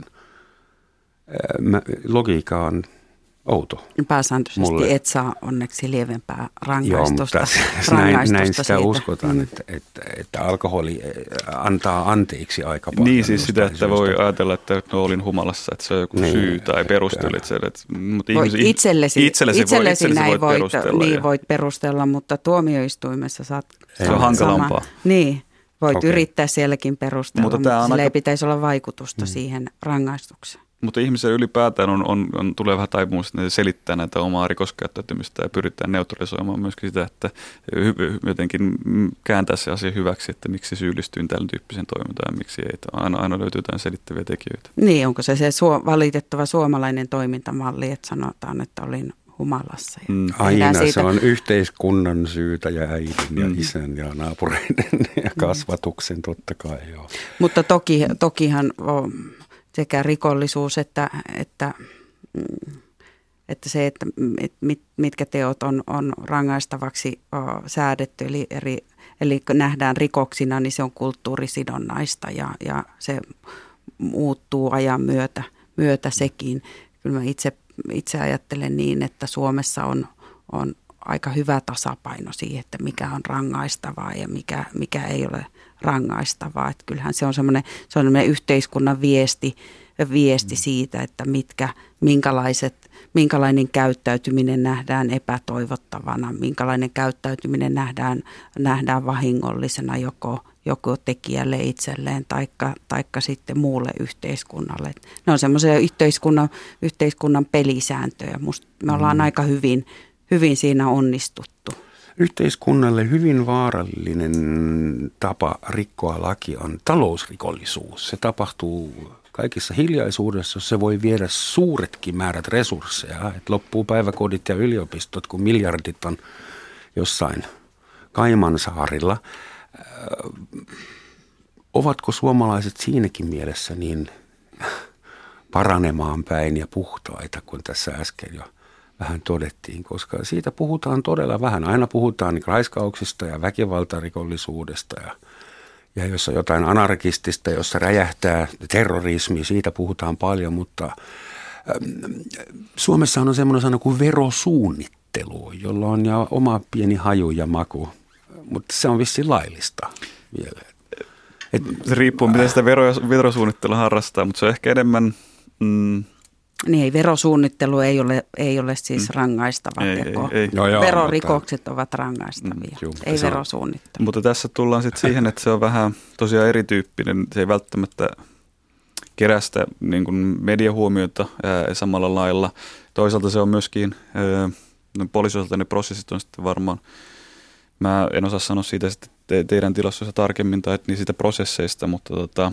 Logiikka on outo. Pääsääntöisesti et saa onneksi lievempää rangaistusta. Joo, mutta näin sitä siitä uskotaan, että alkoholi antaa anteeksi aika paljon. Niin siis sitä, että voi ajatella, että olin humalassa, että se on joku syy tai perustelu. Mutta itsellesi näin voit perustella, mutta tuomioistuimessa saat... Se on hankalampaa. Niin, voit yrittää sielläkin perustella, mutta sillä ei pitäisi olla vaikutusta siihen rangaistukseen. Mutta ihmisellä ylipäätään tulee vähän taipumus, että ne selittää näitä omaa rikoskäyttäytymistä ja pyritään neutralisoimaan myöskin sitä, että jotenkin kääntää se asia hyväksi, että miksi syyllistyin tällä tyyppisen toimintaan ja miksi ei. Aina löytyy jotain selittäviä tekijöitä. Niin, onko se valitettava suomalainen toimintamalli, että sanotaan, että olin humalassa. Aina se on yhteiskunnan syytä ja äidin ja isän ja naapureiden ja kasvatuksen totta kai. Joo. Mutta tokihan sekä rikollisuus että se, että mitkä teot on rangaistavaksi säädetty, eli nähdään rikoksina, niin se on kulttuurisidonnaista ja se muuttuu ajan myötä sekin. Kyllä mä itse ajattelen niin, että Suomessa on aika hyvä tasapaino siihen, että mikä on rangaistavaa ja mikä ei ole rangaistavaa. Että kyllähän se on semmoinen yhteiskunnan viesti siitä, että minkälainen käyttäytyminen nähdään epätoivottavana, minkälainen käyttäytyminen nähdään vahingollisena joko tekijälle itselleen taikka sitten muulle yhteiskunnalle. Ne on semmoisia yhteiskunnan pelisääntöjä. Musta me ollaan aika hyvin siinä onnistuttu. Yhteiskunnalle hyvin vaarallinen tapa rikkoa laki on talousrikollisuus. Se tapahtuu kaikissa hiljaisuudessa, se voi viedä suuretkin määrät resursseja. Et loppuu päiväkodit ja yliopistot, kun miljardit on jossain Kaimansaarilla. Ovatko suomalaiset siinäkin mielessä niin paranemaan päin ja puhtaita, kun tässä äsken jo vähän todettiin, koska siitä puhutaan todella vähän. Aina puhutaan niin raiskauksista ja väkivaltarikollisuudesta ja jos on jotain anarkistista, jossa räjähtää terrorismi, siitä puhutaan paljon, mutta Suomessa on semmoinen sana kuin verosuunnittelu, jolla on ja oma pieni haju ja maku, mutta se on vissiin laillista vielä. Se riippuu, miten sitä verosuunnittelua harrastaa, mutta se on ehkä enemmän... Niin, verosuunnittelu ei ole siis rangaistava teko. Ei. Verorikokset ovat rangaistavia, ei verosuunnittelu. Mutta tässä tullaan sitten siihen, että se on vähän tosiaan erityyppinen. Se ei välttämättä kerää sitä niin kuin mediahuomiota samalla lailla. Toisaalta se on myöskin, poliisiosalta ne prosessit on sitten varmaan, mä en osaa sanoa siitä sitten teidän tilastoissa tarkemmin tai niin siitä prosesseista, mutta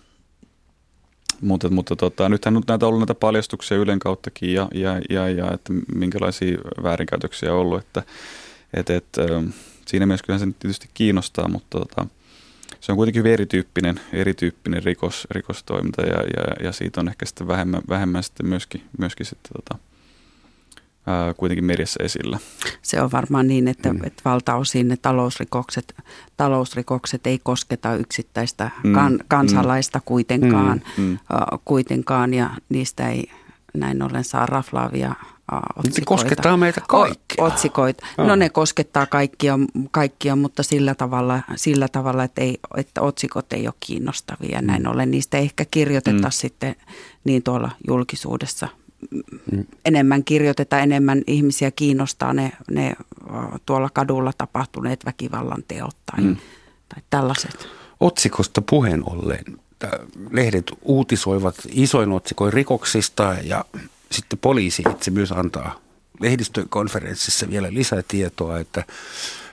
nythän näitä on ollut näitä paljastuksia Ylen kauttakin ja että minkälaisia väärinkäytöksiä on ollut, että siinä mielessä kyllähän se tietysti kiinnostaa, mutta se on kuitenkin hyvin erityyppinen rikostoiminta ja siitä on ehkä sitten vähemmän sitten myöskin sitten kuitenkin mediassa esillä. Se on varmaan niin, että valtaosin ne talousrikokset ei kosketa yksittäistä kansalaista kuitenkaan ja niistä ei näin ollen saa raflaavia otsikoita. Se koskettaa meitä kaikkia. Otsikoita. No ne koskettaa kaikkia, mutta sillä tavalla että otsikot ei ole kiinnostavia. Näin ollen niistä ei ehkä kirjoiteta sitten niin tuolla julkisuudessa. Enemmän kirjoitetaan, enemmän ihmisiä kiinnostaa ne tuolla kadulla tapahtuneet väkivallan teot tai tällaiset. Otsikosta puheen ollen. Lehdet uutisoivat isoin otsikoin rikoksista ja sitten poliisi itse myös antaa lehdistökonferenssissa vielä lisätietoa, että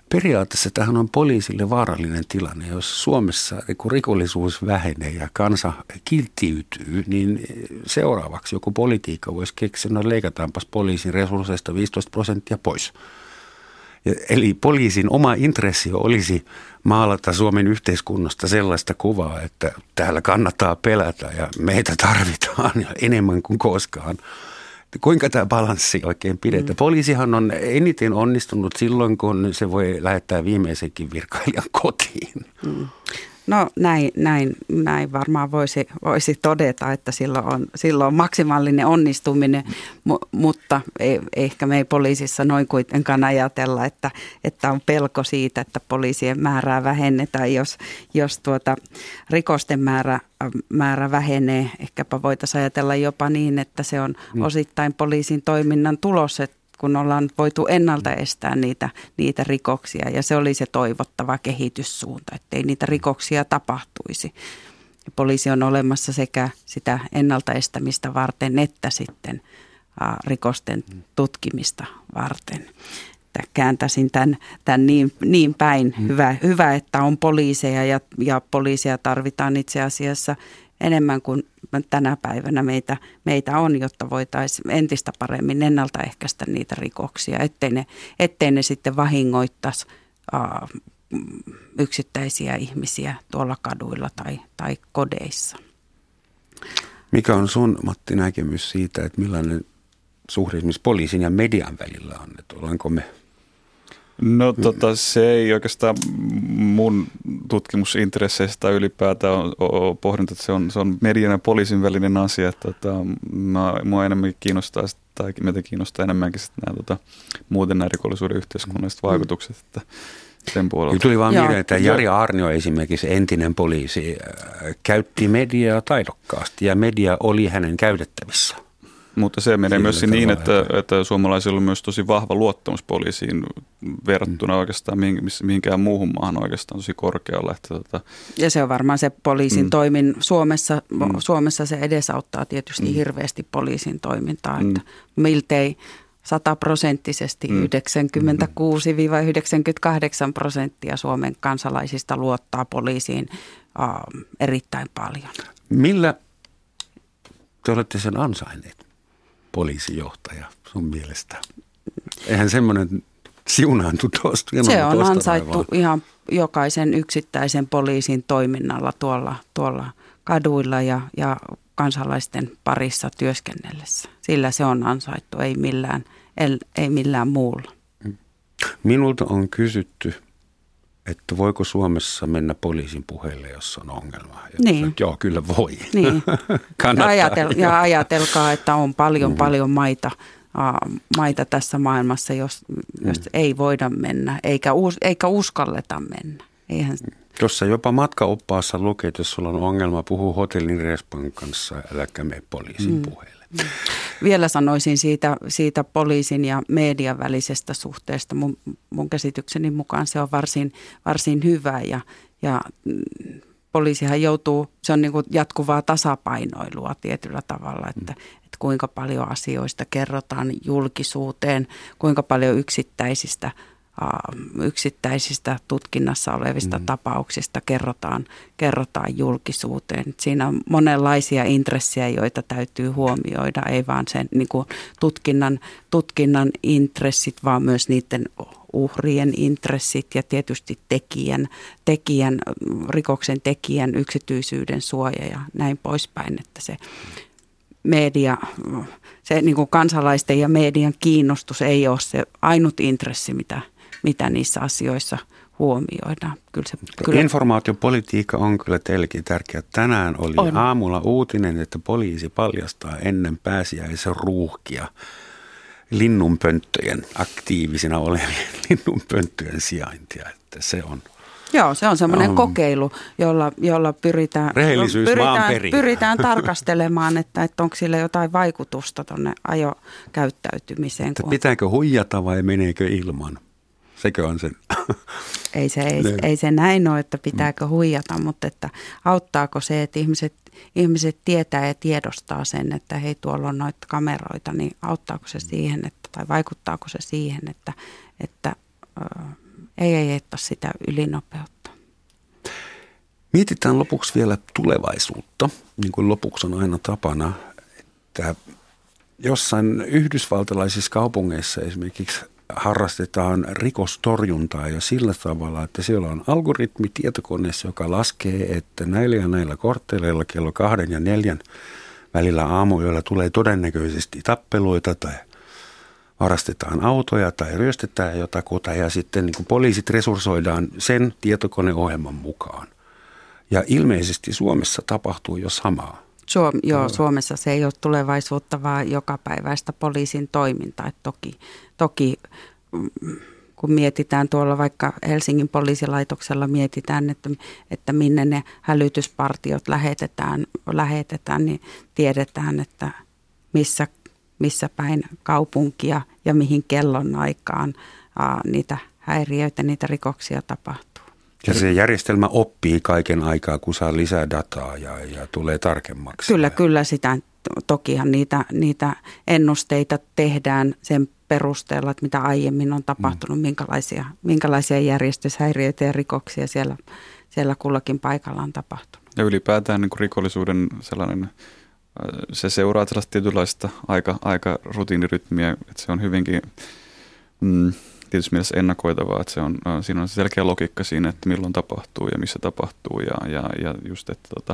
Periaatteessa tämähän on poliisille vaarallinen tilanne. Jos Suomessa rikollisuus vähenee ja kansa kilttiytyy, niin seuraavaksi joku politiikka voisi keksiä, no leikataanpas poliisin resursseista 15% pois. Eli poliisin oma intressi olisi maalata Suomen yhteiskunnasta sellaista kuvaa, että täällä kannattaa pelätä ja meitä tarvitaan enemmän kuin koskaan. Kuinka tämä balanssi oikein pidetään? Poliisihan on eniten onnistunut silloin, kun se voi lähettää viimeisenkin virkailijan kotiin. No näin varmaan voisi todeta, että silloin on maksimaalinen onnistuminen, mutta ehkä me ei poliisissa noin kuitenkaan ajatella, että on pelko siitä, että poliisien määrää vähennetään, jos rikosten määrä vähenee. Ehkäpä voitaisiin ajatella jopa niin, että se on osittain poliisin toiminnan tulos, kun ollaan voitu ennalta estää niitä rikoksia. Ja se oli se toivottava kehityssuunta, ettei niitä rikoksia tapahtuisi. Ja poliisi on olemassa sekä sitä ennaltaestämistä varten että sitten rikosten tutkimista varten. Kääntäisin tämän niin päin. Hyvä, että on poliiseja ja poliisia tarvitaan itse asiassa enemmän kuin tänä päivänä meitä on, jotta voitaisiin entistä paremmin ennaltaehkäistä niitä rikoksia, ettei ne sitten vahingoittaisi yksittäisiä ihmisiä tuolla kaduilla tai kodeissa. Mikä on sun, Matti, näkemys siitä, että millainen suhde esimerkiksi poliisin ja median välillä on? Että ollaanko me... No se ei oikeastaan mun tutkimusintresseistä ylipäätään ole pohdinut, että se on median ja poliisin välinen asia. Mua enemmänkin kiinnostaa, tai meitä kiinnostaa enemmänkin muuten nämä rikollisuuden yhteiskunnalliset vaikutukset, että sen puolelta. Tuli vaan mieleen, että Jari Aarnio esimerkiksi, entinen poliisi, käytti mediaa taidokkaasti ja media oli hänen käytettävissä. Mutta se menee myös niin, että suomalaisilla on myös tosi vahva luottamus poliisiin verrattuna oikeastaan mihinkään muuhun maahan oikeastaan tosi korkealla. Ja se on varmaan se poliisin toimin Suomessa se edesauttaa tietysti hirveästi poliisin toimintaa, että miltei 100%, 96-98% Suomen kansalaisista luottaa poliisiin erittäin paljon. Millä te olette sen ansainneet, poliisijohtaja, sun mielestä? Eihän semmoinen siunaantu tuosta. Se on ansaittu ihan jokaisen yksittäisen poliisin toiminnalla tuolla kaduilla ja kansalaisten parissa työskennellessä. Sillä se on ansaittu, ei millään muulla. Minulta on kysytty, että voiko Suomessa mennä poliisin puheille, jos on ongelma. Niin. Joo, kyllä voi. Niin. Ja ajatelkaa, että on paljon maita tässä maailmassa, jos ei voida mennä, eikä uskalleta mennä. Tuossa jopa matkaoppaassa lukee, että jos sulla on ongelma, puhuu hotellin respan kanssa, äläkä mene poliisin puheille. Vielä sanoisin siitä poliisin ja median välisestä suhteesta. Mun käsitykseni mukaan se on varsin hyvä ja poliisihan joutuu, se on niin kuin jatkuvaa tasapainoilua tietyllä tavalla, että kuinka paljon asioista kerrotaan julkisuuteen, kuinka paljon yksittäisistä tutkinnassa olevista tapauksista kerrotaan julkisuuteen. Siinä on monenlaisia intressejä, joita täytyy huomioida, ei vaan sen niin kuin tutkinnan intressit, vaan myös niiden uhrien intressit ja tietysti rikoksen tekijän yksityisyyden suoja ja näin poispäin, että se media, se niin kuin kansalaisten ja median kiinnostus ei ole se ainut intressi, mitä niissä asioissa huomioidaan. Kyllä. Informaatiopolitiikka on kyllä teillekin tärkeää. Tänään oli aamulla uutinen, että poliisi paljastaa ennen pääsiäisen ruuhkia linnunpönttöjen, aktiivisina olevien linnunpönttöjen sijaintia, että se on... Joo, se on semmoinen kokeilu, jolla pyritään tarkastelemaan, että onko sillä jotain vaikutusta tuonne ajokäyttäytymiseen. Pitääkö huijata vai meneekö ilman? Sekö on sen? Ei se näin ole, että pitääkö huijata, mutta että auttaako se, että ihmiset tietää ja tiedostaa sen, että hei, tuolla on noita kameroita, niin auttaako se siihen, tai vaikuttaako se siihen, että ei ajettaisi sitä ylinopeutta. Mietitään lopuksi vielä tulevaisuutta, niin kuin lopuksi on aina tapana, että jossain yhdysvaltalaisissa kaupungeissa esimerkiksi harrastetaan rikostorjuntaa ja sillä tavalla, että siellä on algoritmi tietokoneessa, joka laskee, että näillä ja näillä kortteleilla kello 2 ja 4 välillä aamuyöllä tulee todennäköisesti tappeluita tai varastetaan autoja tai ryöstetään jotakuta ja sitten niin kuin poliisit resurssoidaan sen tietokoneohjelman mukaan. Ja ilmeisesti Suomessa tapahtuu jo samaa. Suomessa se ei ole tulevaisuutta, vaan jokapäiväistä poliisin toimintaa. Toki kun mietitään tuolla vaikka Helsingin poliisilaitoksella mietitään, että minne ne hälytyspartiot lähetetään, niin tiedetään, että missä päin kaupunkia ja mihin kellon aikaan niitä häiriöitä, niitä rikoksia tapahtuu. Ja se järjestelmä oppii kaiken aikaa, kun saa lisää dataa ja tulee tarkemmaksi. Kyllä sitä. Tokihan niitä ennusteita tehdään sen perusteella, että mitä aiemmin on tapahtunut, minkälaisia järjestyshäiriöitä ja rikoksia siellä kullakin paikalla on tapahtunut. Ja ylipäätään niin kuin rikollisuuden sellainen, se seuraa sellaista tietynlaista aika rutiinirytmiä, että se on hyvinkin tietysti mielessä ennakoitavaa, että siinä on selkeä logiikka siinä, että milloin tapahtuu ja missä tapahtuu ja just, että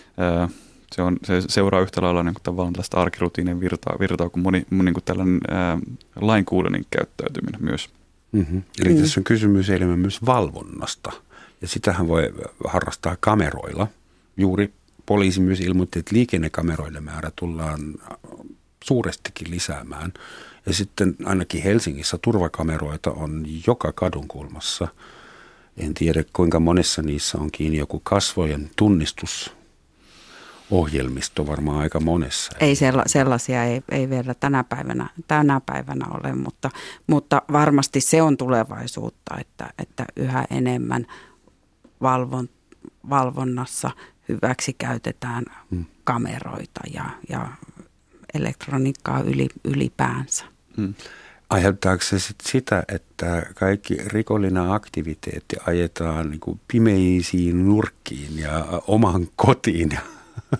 se seuraa yhtä lailla niin kuin tavallaan tällaista arkirutiinien virtaa kuin moni niin kuin tällainen lainkuuleinen käyttäytyminen myös. Mm-hmm. Eli tässä on kysymys enemmän myös valvonnasta ja sitähän voi harrastaa kameroilla. Juuri poliisi myös ilmoitti, että liikennekameroiden määrä tullaan suurestikin lisäämään. Ja sitten ainakin Helsingissä turvakameroita on joka kadunkulmassa. En tiedä, kuinka monessa niissä on kiinni joku kasvojen tunnistusohjelmisto, varmaan aika monessa. Ei sellaisia ei vielä tänä päivänä ole, mutta varmasti se on tulevaisuutta, että yhä enemmän valvonnassa hyväksi käytetään kameroita ja elektroniikkaa ylipäänsä. Aiheuttaako se sitä, että kaikki rikollinen aktiviteetti ajetaan niin kuin pimeisiin nurkkiin ja omaan kotiin ja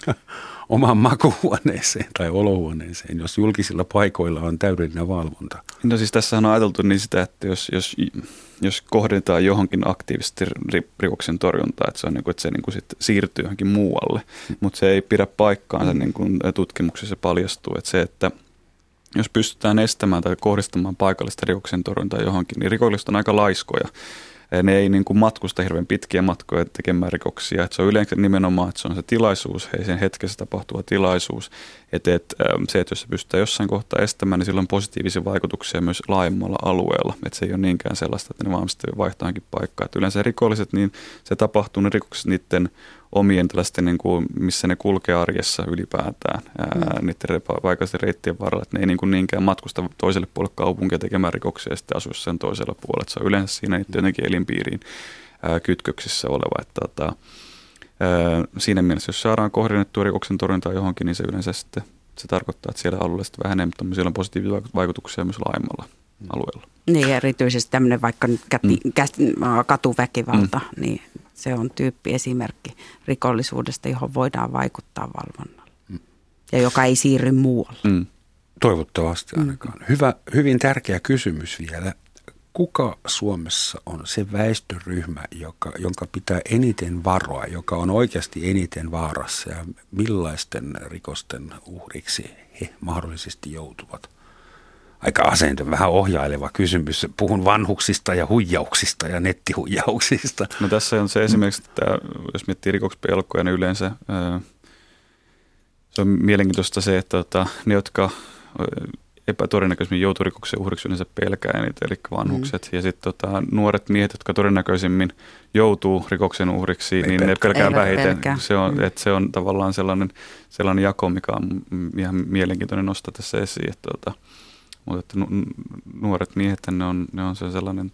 omaan makuhuoneeseen tai olohuoneeseen, jos julkisilla paikoilla on täydellinen valvonta? No siis tässä on ajateltu niin sitä, että jos kohdennetaan johonkin aktiivisesti rikoksen torjuntaa, että se on niin kuin, että se niin kuin sit siirtyy johonkin muualle, mutta se ei pidä paikkaansa, niin kuin tutkimuksessa paljastuu, että se, että jos pystytään estämään tai kohdistamaan paikallista rikoksen torjuntaa johonkin, niin rikolliset on aika laiskoja. Ne ei niin kuin matkusta hirveän pitkiä matkoja tekemään rikoksia. Että se on yleensä nimenomaan, että se on se tilaisuus, sen hetkessä tapahtuva tilaisuus. Että se, että jos se pystytään jossain kohtaa estämään, niin sillä on positiivisia vaikutuksia myös laajemmalla alueella. Että se ei ole niinkään sellaista, että ne vaan sitten vaihtaankin paikkaa. Että yleensä rikolliset, niin se tapahtuu ne rikokset niiden omien tällaisten, niin kuin, missä ne kulkee arjessa ylipäätään, niiden paikallisten reittien varrella, että ne ei niin kuin niinkään matkusta toiselle puolelle kaupunkia tekemään rikoksia ja sitten asua sen toisella puolella. Että se on yleensä siinä niiden jotenkin elinpiiriin kytköksissä oleva. Että, siinä mielessä, jos saadaan kohdennettua rikoksen torjuntaa johonkin, niin se yleensä sitten se tarkoittaa, että siellä alueella sitten vähenee, mutta siellä on positiivisia vaikutuksia myös laajemmalla alueella. Niin, erityisesti tämmöinen vaikka katuväkivalta, niin se on tyyppiesimerkki rikollisuudesta, johon voidaan vaikuttaa valvonnalla ja joka ei siirry muualle. Toivottavasti ainakaan. Hyvin tärkeä kysymys vielä. Kuka Suomessa on se väestöryhmä, jonka pitää eniten varoa, joka on oikeasti eniten vaarassa ja millaisten rikosten uhriksi he mahdollisesti joutuvat? Aika asento, vähän ohjaileva kysymys. Puhun vanhuksista ja huijauksista ja nettihuijauksista. No tässä on se esimerkiksi, että jos miettii rikospelkoja, niin yleensä se on mielenkiintoista se, että ne, jotka epätodennäköisemmin joutuu rikoksen uhriksi, yleensä pelkää niitä, eli vanhukset. Ja sitten nuoret miehet, jotka todennäköisemmin joutuu rikoksen uhriksi, niin ne pelkää vähiten. Se on tavallaan sellainen jako, mikä on ihan mielenkiintoinen nostaa tässä esiin. Mutta nuoret miehet, ne on se sellainen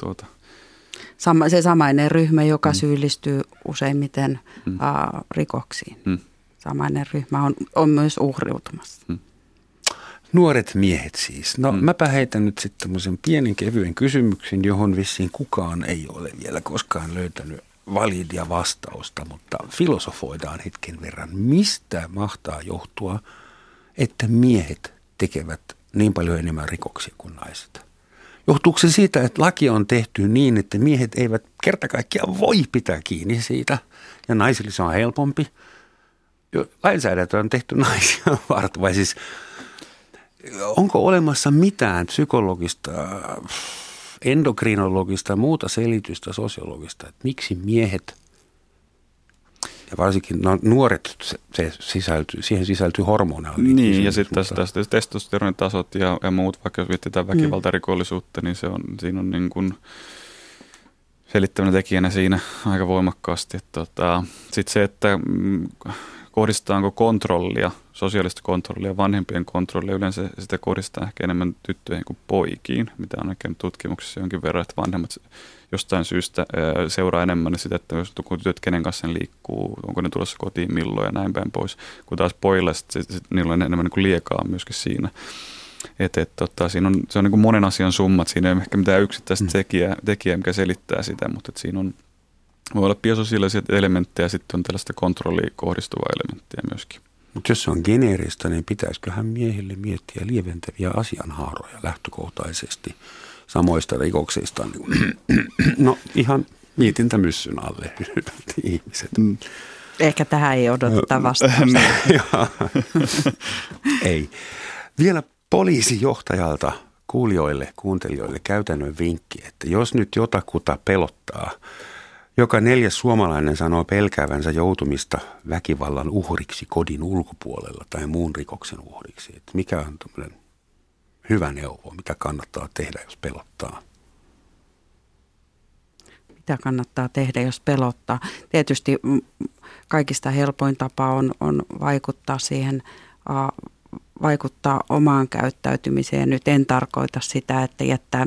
se samainen ryhmä, joka syyllistyy useimmiten rikoksiin. Samainen ryhmä on myös uhriutumassa. Nuoret miehet siis. No mäpä heitän nyt sitten tämmöisen pienen kevyen kysymyksen, johon vissiin kukaan ei ole vielä koskaan löytänyt validia vastausta, mutta filosofoidaan hetken verran. Mistä mahtaa johtua, että miehet tekevät niin paljon enemmän rikoksia kuin naiset? Johtuuko se siitä, että laki on tehty niin, että miehet eivät kerta kaikkiaan voi pitää kiinni siitä ja naisille se on helpompi? Lainsäädäntö on tehty naisia varten, vai siis onko olemassa mitään psykologista, endokrinologista, muuta selitystä sosiologista, että miksi miehet ja varsinkin nuoret, siihen sisältyy hormoneja. Niin, ja sitten tästä testosteronitasot ja muut, vaikka jos mietitään väkivaltarikollisuutta, niin siinä on niin kuin selittävänä tekijänä siinä aika voimakkaasti. Sitten se, että kohdistetaanko kontrollia, sosiaalista kontrollia, vanhempien kontrollia, yleensä sitä kohdistetaan ehkä enemmän tyttöihin kuin poikiin, mitä on näkynyt tutkimuksessa jonkin verran, että vanhemmat jostain syystä seuraa enemmän sitä, että jos tytöt kenen kanssa liikkuu, onko ne tulossa kotiin milloin ja näin päin pois, kun taas pojilla niillä on enemmän niin kuin liekaa myöskin siinä. Siinä se on niin kuin monen asian summat, siinä ei ole ehkä mitään yksittäistä tekijää, mikä selittää sitä, mutta siinä voi olla biososiaalisia elementtejä ja sitten on tällaista kontrolliin kohdistuvaa elementtiä myöskin. Mutta jos se on geneeristä, niin pitäisiköhän miehille miettiä lieventäviä asianhaaroja lähtökohtaisesti samoista rikoksista. No ihan mietintämyssyn alle ihmiset. Ehkä tähän ei odoteta vastausta. Ei. Vielä poliisijohtajalta kuuntelijoille käytännön vinkki, että jos nyt jotakuta pelottaa, joka 4. suomalainen sanoo pelkäävänsä joutumista väkivallan uhriksi kodin ulkopuolella tai muun rikoksen uhriksi. Että mikä on tämmöinen hyvä neuvo, mitä kannattaa tehdä, jos pelottaa? Mitä kannattaa tehdä, jos pelottaa? Tietysti kaikista helpoin tapa on vaikuttaa siihen, vaikuttaa omaan käyttäytymiseen. Nyt en tarkoita sitä, että jättää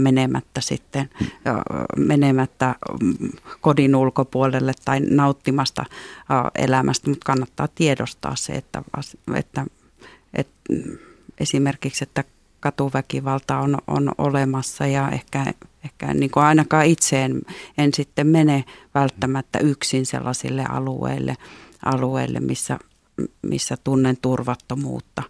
menemättä kodin ulkopuolelle tai nauttimasta elämästä, mutta kannattaa tiedostaa se, että esimerkiksi, että katuväkivalta on olemassa ja ehkä niin kuin ainakaan itse en sitten mene välttämättä yksin sellaisille alueille missä tunnen turvattomuutta.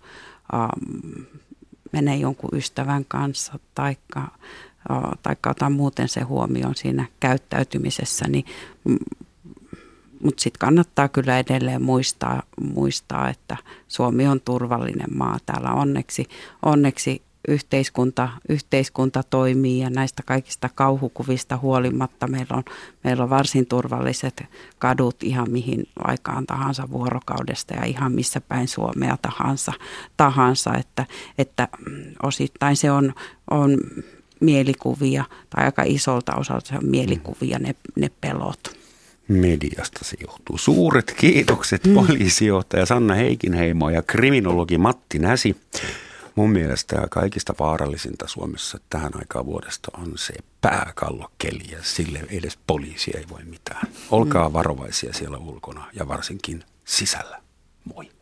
Mene jonkun ystävän kanssa taikka otan muuten se huomioon siinä käyttäytymisessä, mutta sitten kannattaa kyllä edelleen muistaa, että Suomi on turvallinen maa. Täällä onneksi yhteiskunta toimii ja näistä kaikista kauhukuvista huolimatta meillä on varsin turvalliset kadut ihan mihin aikaan tahansa vuorokaudesta ja ihan missä päin Suomea tahansa että osittain se on mielikuvia tai aika isolta osalta se on mielikuvia ne pelot. Mediasta se johtuu. Suuret kiitokset poliisijohtaja Sanna Heikinheimo ja kriminologi Matti Näsi. Mun mielestä kaikista vaarallisinta Suomessa tähän aikaan vuodesta on se pääkallokeli ja sille edes poliisi ei voi mitään. Olkaa varovaisia siellä ulkona ja varsinkin sisällä. Moi.